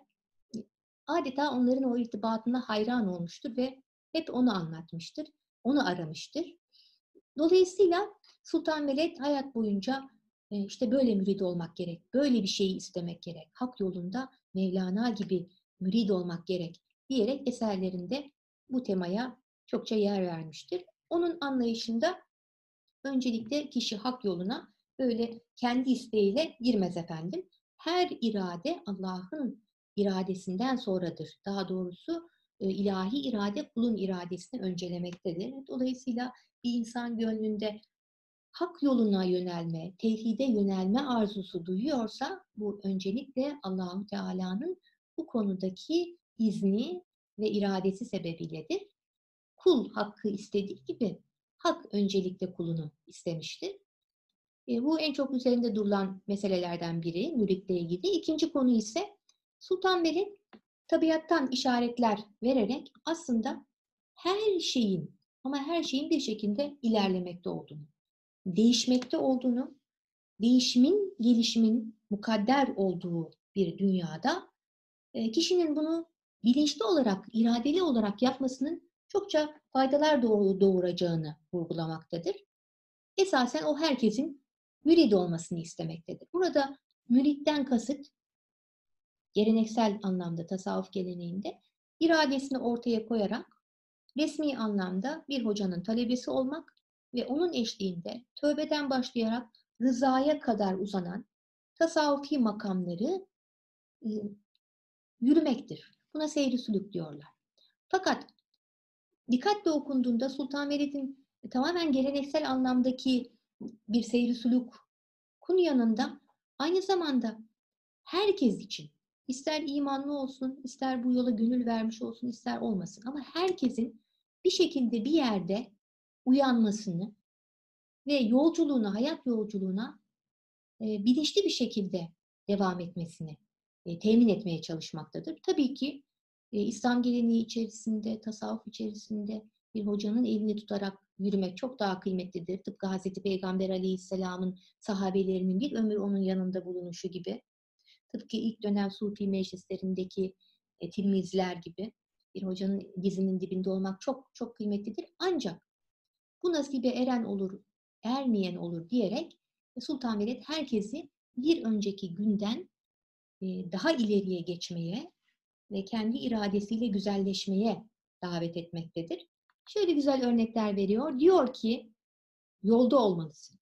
Adeta onların o irtibatına hayran olmuştur ve hep onu anlatmıştır, onu aramıştır. Dolayısıyla Sultan Veled hayat boyunca işte böyle mürid olmak gerek, böyle bir şeyi istemek gerek, hak yolunda Mevlana gibi mürid olmak gerek diyerek eserlerinde bu temaya çokça yer vermiştir. Onun anlayışında öncelikle kişi hak yoluna böyle kendi isteğiyle girmez efendim. Her irade Allah'ın iradesinden sonradır. Daha doğrusu ilahi irade kulun iradesini öncelemektedir. Dolayısıyla bir insan gönlünde hak yoluna yönelme, tevhide yönelme arzusu duyuyorsa bu öncelikle Allah-u Teala'nın bu konudaki izni ve iradesi sebebiyledir. Kul hakkı istediği gibi hak öncelikle kulunu istemiştir. E, bu en çok üzerinde durulan meselelerden biri müritle ilgili. İkinci konu ise Sultan Veled tabiattan işaretler vererek aslında her şeyin Ama her şeyin bir şekilde ilerlemekte olduğunu, değişmekte olduğunu, değişimin, gelişimin mukadder olduğu bir dünyada e, kişinin bunu bilinçli olarak, iradeli olarak yapmasının çokça faydalar doğ- doğuracağını vurgulamaktadır. Esasen o herkesin mürid olmasını istemektedir. Burada müritten kasıt, geleneksel anlamda tasavvuf geleneğinde iradesini ortaya koyarak resmi anlamda bir hocanın talebesi olmak ve onun eşliğinde tövbeden başlayarak rızaya kadar uzanan tasavvufi makamları e, yürümektir. Buna seyri sülük diyorlar. Fakat dikkatle okunduğunda Sultanahmet'in tamamen geleneksel anlamdaki bir seyri sülükün yanında aynı zamanda herkes için, ister imanlı olsun, ister bu yola gönül vermiş olsun, ister olmasın, ama herkesin bir şekilde bir yerde uyanmasını ve yolculuğuna, hayat yolculuğuna e, bilinçli bir şekilde devam etmesini e, temin etmeye çalışmaktadır. Tabii ki e, İslam geleneği içerisinde, tasavvuf içerisinde bir hocanın elini tutarak yürümek çok daha kıymetlidir. Tıpkı Hazreti Peygamber Aleyhisselam'ın sahabelerinin bir ömür onun yanında bulunuşu gibi. Tıpkı ilk dönem Sufi meclislerindeki e, tilmizler gibi bir hocanın dizinin dibinde olmak çok çok kıymetlidir. Ancak bu nasibe eren olur, ermeyen olur diyerek Sultanahmet herkesi bir önceki günden e, daha ileriye geçmeye ve kendi iradesiyle güzelleşmeye davet etmektedir. Şöyle güzel örnekler veriyor. Diyor ki, yolda olmalısın.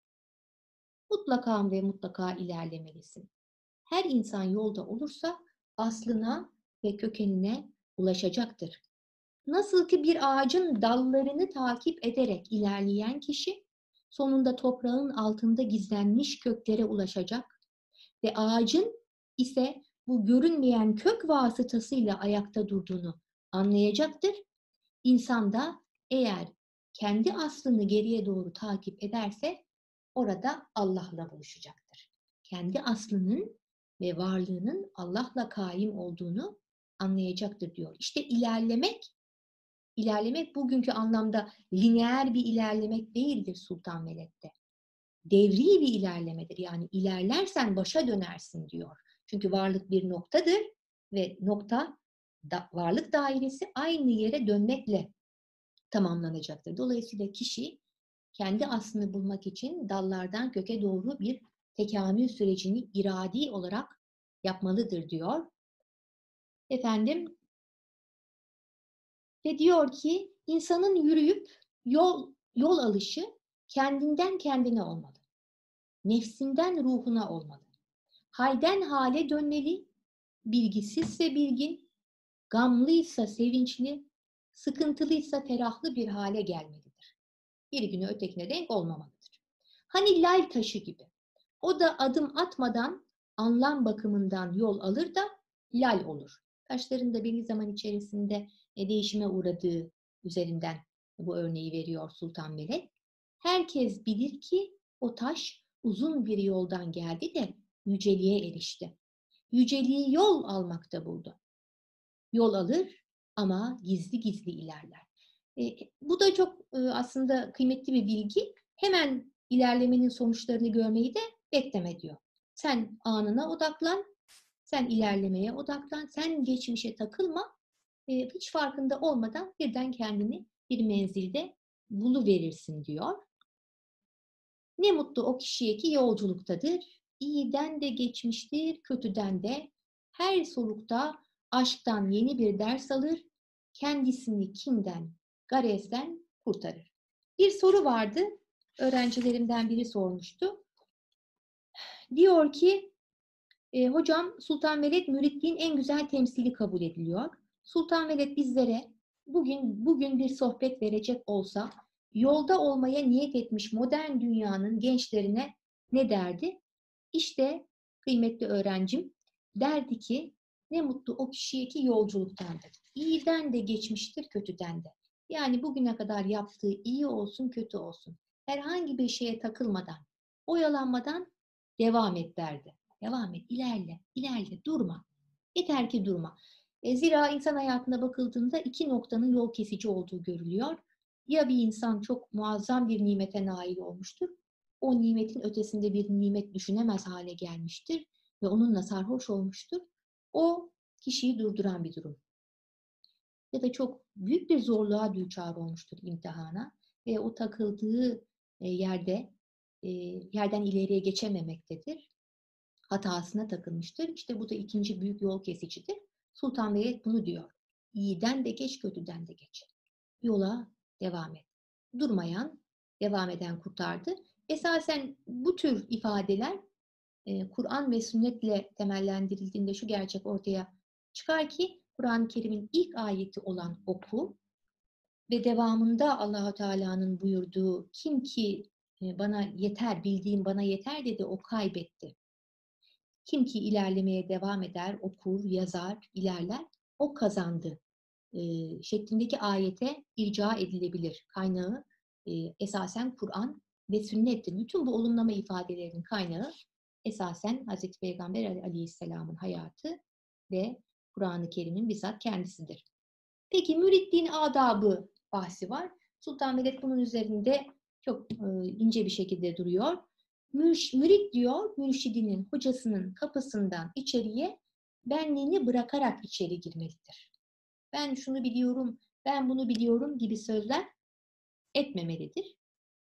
Mutlaka ve mutlaka ilerlemelisin. Her insan yolda olursa aslına ve kökenine ulaşacaktır. Nasıl ki bir ağacın dallarını takip ederek ilerleyen kişi sonunda toprağın altında gizlenmiş köklere ulaşacak ve ağacın ise bu görünmeyen kök vasıtasıyla ayakta durduğunu anlayacaktır. İnsan da eğer kendi aslını geriye doğru takip ederse orada Allah'la buluşacaktır. Kendi aslının ve varlığının Allah'la kaim olduğunu anlayacaktır diyor. İşte ilerlemek, ilerlemek bugünkü anlamda lineer bir ilerlemek değildir Sultan Melek'te. Devri bir ilerlemedir. Yani ilerlersen başa dönersin diyor. Çünkü varlık bir noktadır ve nokta, da, varlık dairesi aynı yere dönmekle tamamlanacaktır. Dolayısıyla kişi kendi aslını bulmak için dallardan köke doğru bir tekamül sürecini iradi olarak yapmalıdır diyor. Efendim, ve diyor ki insanın yürüyüp yol yol alışı kendinden kendine olmalı. Nefsinden ruhuna olmalı. Halden hale dönmeli, bilgisizse bilgin, gamlıysa sevinçli, sıkıntılıysa ferahlı bir hale gelmelidir. Bir günü ötekine denk olmamalıdır. Hani lal taşı gibi. O da adım atmadan anlam bakımından yol alır da lal olur. Taşların da belli zaman içerisinde değişime uğradığı üzerinden bu örneği veriyor Sultan Melek. Herkes bilir ki o taş uzun bir yoldan geldi de yüceliğe erişti. Yüceliği yol almakta buldu. Yol alır ama gizli gizli ilerler. E, bu da çok e, aslında kıymetli bir bilgi. Hemen ilerlemenin sonuçlarını görmeyi de bekleme diyor. Sen anına odaklan, sen ilerlemeye odaklan, sen geçmişe takılma. E, hiç farkında olmadan birden kendini bir menzilde buluverirsin diyor. Ne mutlu o kişiye ki yolculuktadır. İyiden de geçmiştir, kötüden de. Her solukta aşktan yeni bir ders alır. Kendisini kinden, garezden kurtarır. Bir soru vardı. Öğrencilerimden biri sormuştu. Diyor ki, e, hocam Sultan Veled müritliğin en güzel temsili kabul ediliyor. Sultan Veled bizlere bugün bugün bir sohbet verecek olsa yolda olmaya niyet etmiş modern dünyanın gençlerine ne derdi? İşte kıymetli öğrencim derdi ki ne mutlu o kişiye ki yolculuktandır. İyiden de geçmiştir, kötüden de. Yani bugüne kadar yaptığı iyi olsun, kötü olsun. Herhangi bir şeye takılmadan, oyalanmadan devam et derdi. Devam et, ilerle, ilerle, durma. Yeter ki durma. E, zira insan hayatına bakıldığında iki noktanın yol kesici olduğu görülüyor. Ya bir insan çok muazzam bir nimete nail olmuştur, o nimetin ötesinde bir nimet düşünemez hale gelmiştir ve onunla sarhoş olmuştur. O kişiyi durduran bir durum. Ya da çok büyük bir zorluğa düçar olmuştur imtihana ve o takıldığı e, yerde e, yerden ileriye geçememektedir. Hatasına takılmıştır. İşte bu da ikinci büyük yol kesicidir. Sultan Veled bunu diyor. İyiden de geç, kötüden de geç. Yola devam et. Durmayan, devam eden kurtardı. Esasen bu tür ifadeler e, Kur'an ve sünnetle temellendirildiğinde şu gerçek ortaya çıkar ki Kur'an-ı Kerim'in ilk ayeti olan oku ve devamında Allah-u Teala'nın buyurduğu kim ki e, bana yeter, bildiğim bana yeter dedi, o kaybetti. Kim ki ilerlemeye devam eder, okur, yazar, ilerler, o kazandı e, şeklindeki ayete irca edilebilir. Kaynağı e, esasen Kur'an ve sünnettir. Bütün bu olumlama ifadelerinin kaynağı esasen Hazreti Peygamber Aleyhisselam'ın hayatı ve Kur'an-ı Kerim'in bizzat kendisidir. Peki müritliğin adabı bahsi var. Sultan Veled bunun üzerinde çok e, ince bir şekilde duruyor. Mürş, mürit diyor, mürşidinin, hocasının kapısından içeriye benliğini bırakarak içeri girmelidir. Ben şunu biliyorum, ben bunu biliyorum gibi sözler etmemelidir.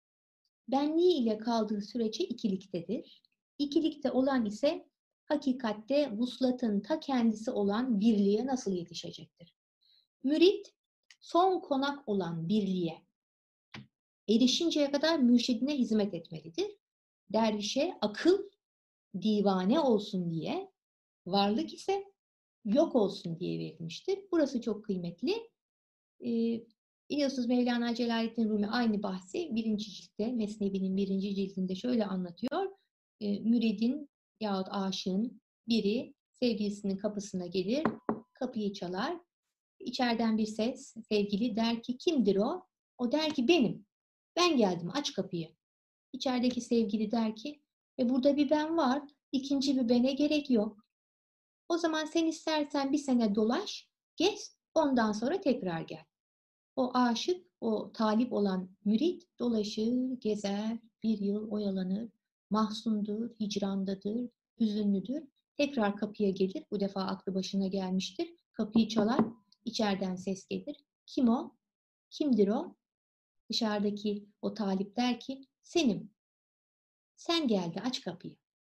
Benliği ile kaldığı sürece ikiliktedir. İkilikte olan ise hakikatte vuslatın ta kendisi olan birliğe nasıl yetişecektir? Mürit, son konak olan birliğe erişinceye kadar mürşidine hizmet etmelidir. Dervişe akıl divane olsun diye, varlık ise yok olsun diye verilmiştir. Burası çok kıymetli. Ee, biliyorsunuz Mevlana Celaleddin Rumi aynı bahsi birinci ciltte, Mesnevi'nin birinci cildinde şöyle anlatıyor. Ee, müridin yahut aşığın biri sevgilisinin kapısına gelir, kapıyı çalar. İçeriden bir ses, sevgili der ki kimdir o? O der ki benim. Ben geldim, aç kapıyı. İçerideki sevgili der ki e burada bir ben var, ikinci bir bene gerek yok. O zaman sen istersen bir sene dolaş, gez, ondan sonra tekrar gel. O aşık, o talip olan mürit dolaşır, gezer, bir yıl oyalanır, mahzundur, hicrandadır, hüzünlüdür. Tekrar kapıya gelir, bu defa aklı başına gelmiştir. Kapıyı çalar, içeriden ses gelir. Kim o? Kimdir o? Dışarıdaki o talip der ki, senim. Sen geldi, aç kapıyı.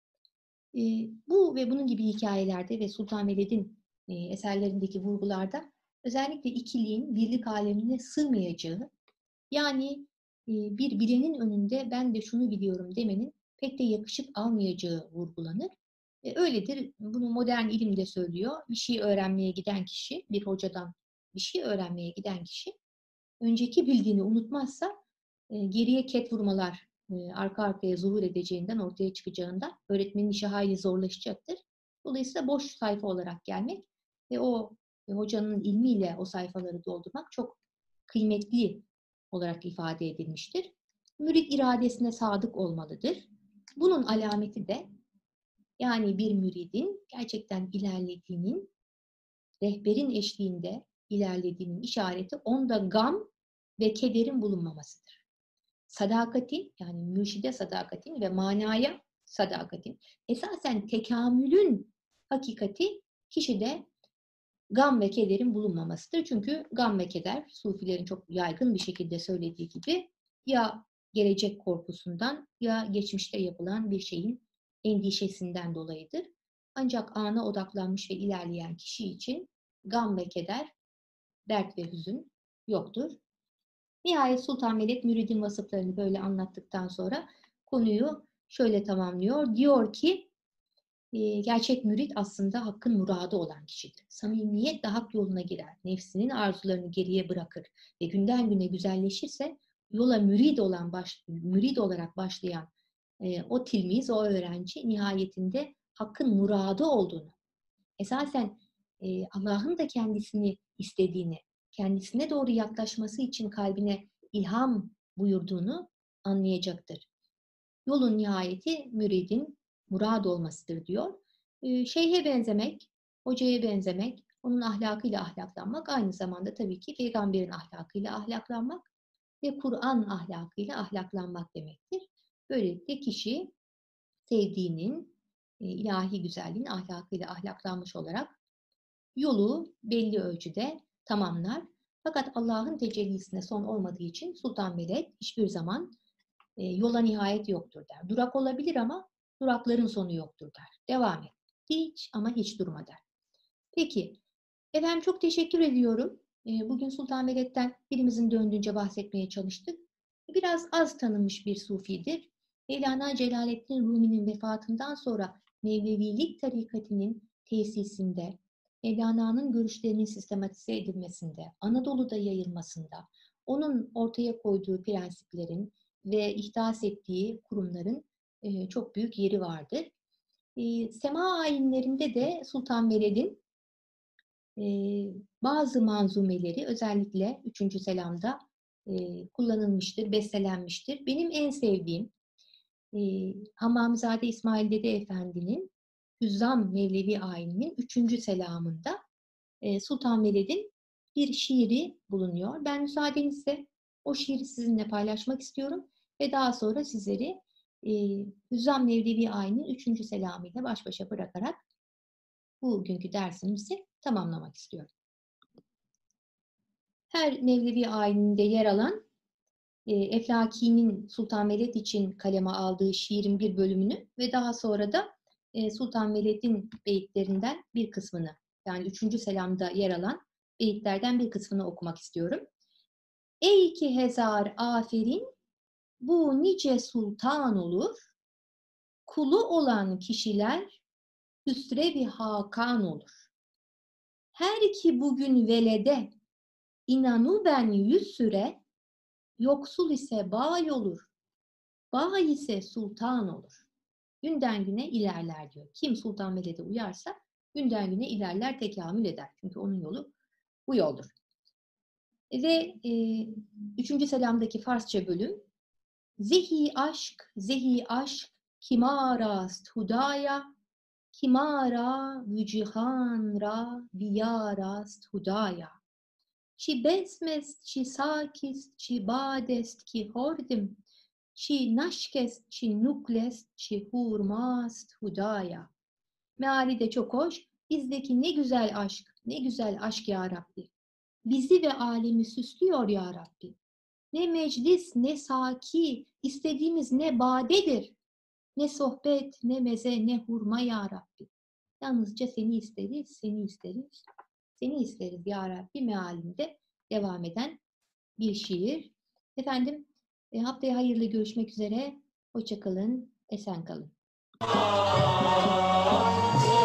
E, bu ve bunun gibi hikayelerde ve Sultan Veled'in e, eserlerindeki vurgularda özellikle ikiliğin birlik alemine sığmayacağı, yani e, bir bilenin önünde ben de şunu biliyorum demenin pek de yakışık almayacağı vurgulanır. E, öyledir. Bunu modern ilim de söylüyor. Bir şey öğrenmeye giden kişi, bir hocadan bir şey öğrenmeye giden kişi önceki bildiğini unutmazsa e, geriye ket vurmalar e, arka arkaya zuhur edeceğinden, ortaya çıkacağından öğretmenin işi hayli zorlaşacaktır. Dolayısıyla boş sayfa olarak gelmek ve o e, hocanın ilmiyle o sayfaları doldurmak çok kıymetli olarak ifade edilmiştir. Mürit iradesine sadık olmalıdır. Bunun alameti de yani bir müridin gerçekten ilerlediğinin, rehberin eşliğinde ilerlediğinin işareti onda gam ve kederin bulunmamasıdır. Sadakatin, yani mürşide sadakatin ve manaya sadakatin, esasen tekamülün hakikati kişide gam ve kederin bulunmamasıdır. Çünkü gam ve keder, Sufilerin çok yaygın bir şekilde söylediği gibi, ya gelecek korkusundan ya geçmişte yapılan bir şeyin endişesinden dolayıdır. Ancak ana odaklanmış ve ilerleyen kişi için gam ve keder, dert ve hüzün yoktur. Nihayet Sultan Veled müridin vasıflarını böyle anlattıktan sonra konuyu şöyle tamamlıyor. Diyor ki e, gerçek mürit aslında hakkın muradı olan kişidir. Samimiyetle hak yoluna girer. Nefsinin arzularını geriye bırakır ve günden güne güzelleşirse yola mürid olan baş, mürid olarak başlayan e, o tilmiz, o öğrenci nihayetinde hakkın muradı olduğunu, esasen e, Allah'ın da kendisini istediğini, kendisine doğru yaklaşması için kalbine ilham buyurduğunu anlayacaktır. Yolun nihayeti müridin murad olmasıdır diyor. E, şeyhe benzemek, hocaya benzemek, onun ahlakıyla ahlaklanmak, aynı zamanda tabii ki peygamberin ahlakıyla ahlaklanmak. ve Kur'an ahlakıyla ahlaklanmak demektir. Böylelikle kişi sevdiğinin, e, ilahi güzelliğin ahlakıyla ahlaklanmış olarak yolu belli ölçüde tamamlar. Fakat Allah'ın tecellisine son olmadığı için Sultan Veled hiçbir zaman e, yola nihayet yoktur der. Durak olabilir ama durakların sonu yoktur der. Devam et. Hiç ama hiç durma der. Peki, efendim çok teşekkür ediyorum. E, bugün Sultan Veled'den dilimizin döndüğünce bahsetmeye çalıştık. Biraz az tanınmış bir sufidir. Mevlana Celaleddin Rumi'nin vefatından sonra Mevlevilik tarikatının tesisinde, Mevlana'nın görüşlerinin sistematize edilmesinde, Anadolu'da yayılmasında, onun ortaya koyduğu prensiplerin ve ihdas ettiği kurumların e, çok büyük yeri vardır. E, sema ayinlerinde de Sultan Veled'in e, bazı manzumeleri özellikle üçüncü selamda e, kullanılmıştır, bestelenmiştir. Benim en sevdiğim e, Hammamizade İsmail Dede Efendi'nin Hüzzam Mevlevi ayininin üçüncü selamında e, Sultan Veled'in bir şiiri bulunuyor. Ben müsaadenizle o şiiri sizinle paylaşmak istiyorum ve daha sonra sizleri e, Hüzzam Mevlevi ayininin üçüncü selamıyla baş başa bırakarak bugünkü dersimizi tamamlamak istiyorum. Her Mevlevi ayininde yer alan e, Eflaki'nin Sultan Veled için kaleme aldığı şiirin bir bölümünü ve daha sonra da e, Sultan Veled'in beyitlerinden bir kısmını, yani üçüncü selamda yer alan beyitlerden bir kısmını okumak istiyorum. Ey ki hezar aferin, bu nice sultan olur, kulu olan kişiler hüsrev-i hakan olur. Her ki bugün velede inanu ben yüz süre, yoksul ise bağ olur, bağ ise sultan olur. Günden güne ilerler diyor. Kim Sultan Veled'e uyarsa günden güne ilerler, tekamül eder. Çünkü onun yolu bu yoldur. Ve e, üçüncü selamdaki Farsça bölüm. Zehi aşk, zehi aşk, kimarast hudaya, kimara vücihan ra viyarast hudaya. Çi besmest, çi sakist, çi badest ki hordim, çi naşkest, çi nuklest, çi hurmast hudaya. Meali de çok hoş. Bizdeki ne güzel aşk, ne güzel aşk ya Rabbi. Bizi ve alemi süslüyor ya Rabbi. Ne meclis, ne saki, istediğimiz ne badedir. Ne sohbet, ne meze, ne hurma ya Rabbi. Yalnızca seni isteriz, seni isteriz, seni isteriz ya Rabbi mealinde devam eden bir şiir. Efendim, e, haftaya hayırlı görüşmek üzere. Hoşça kalın, esen kalın.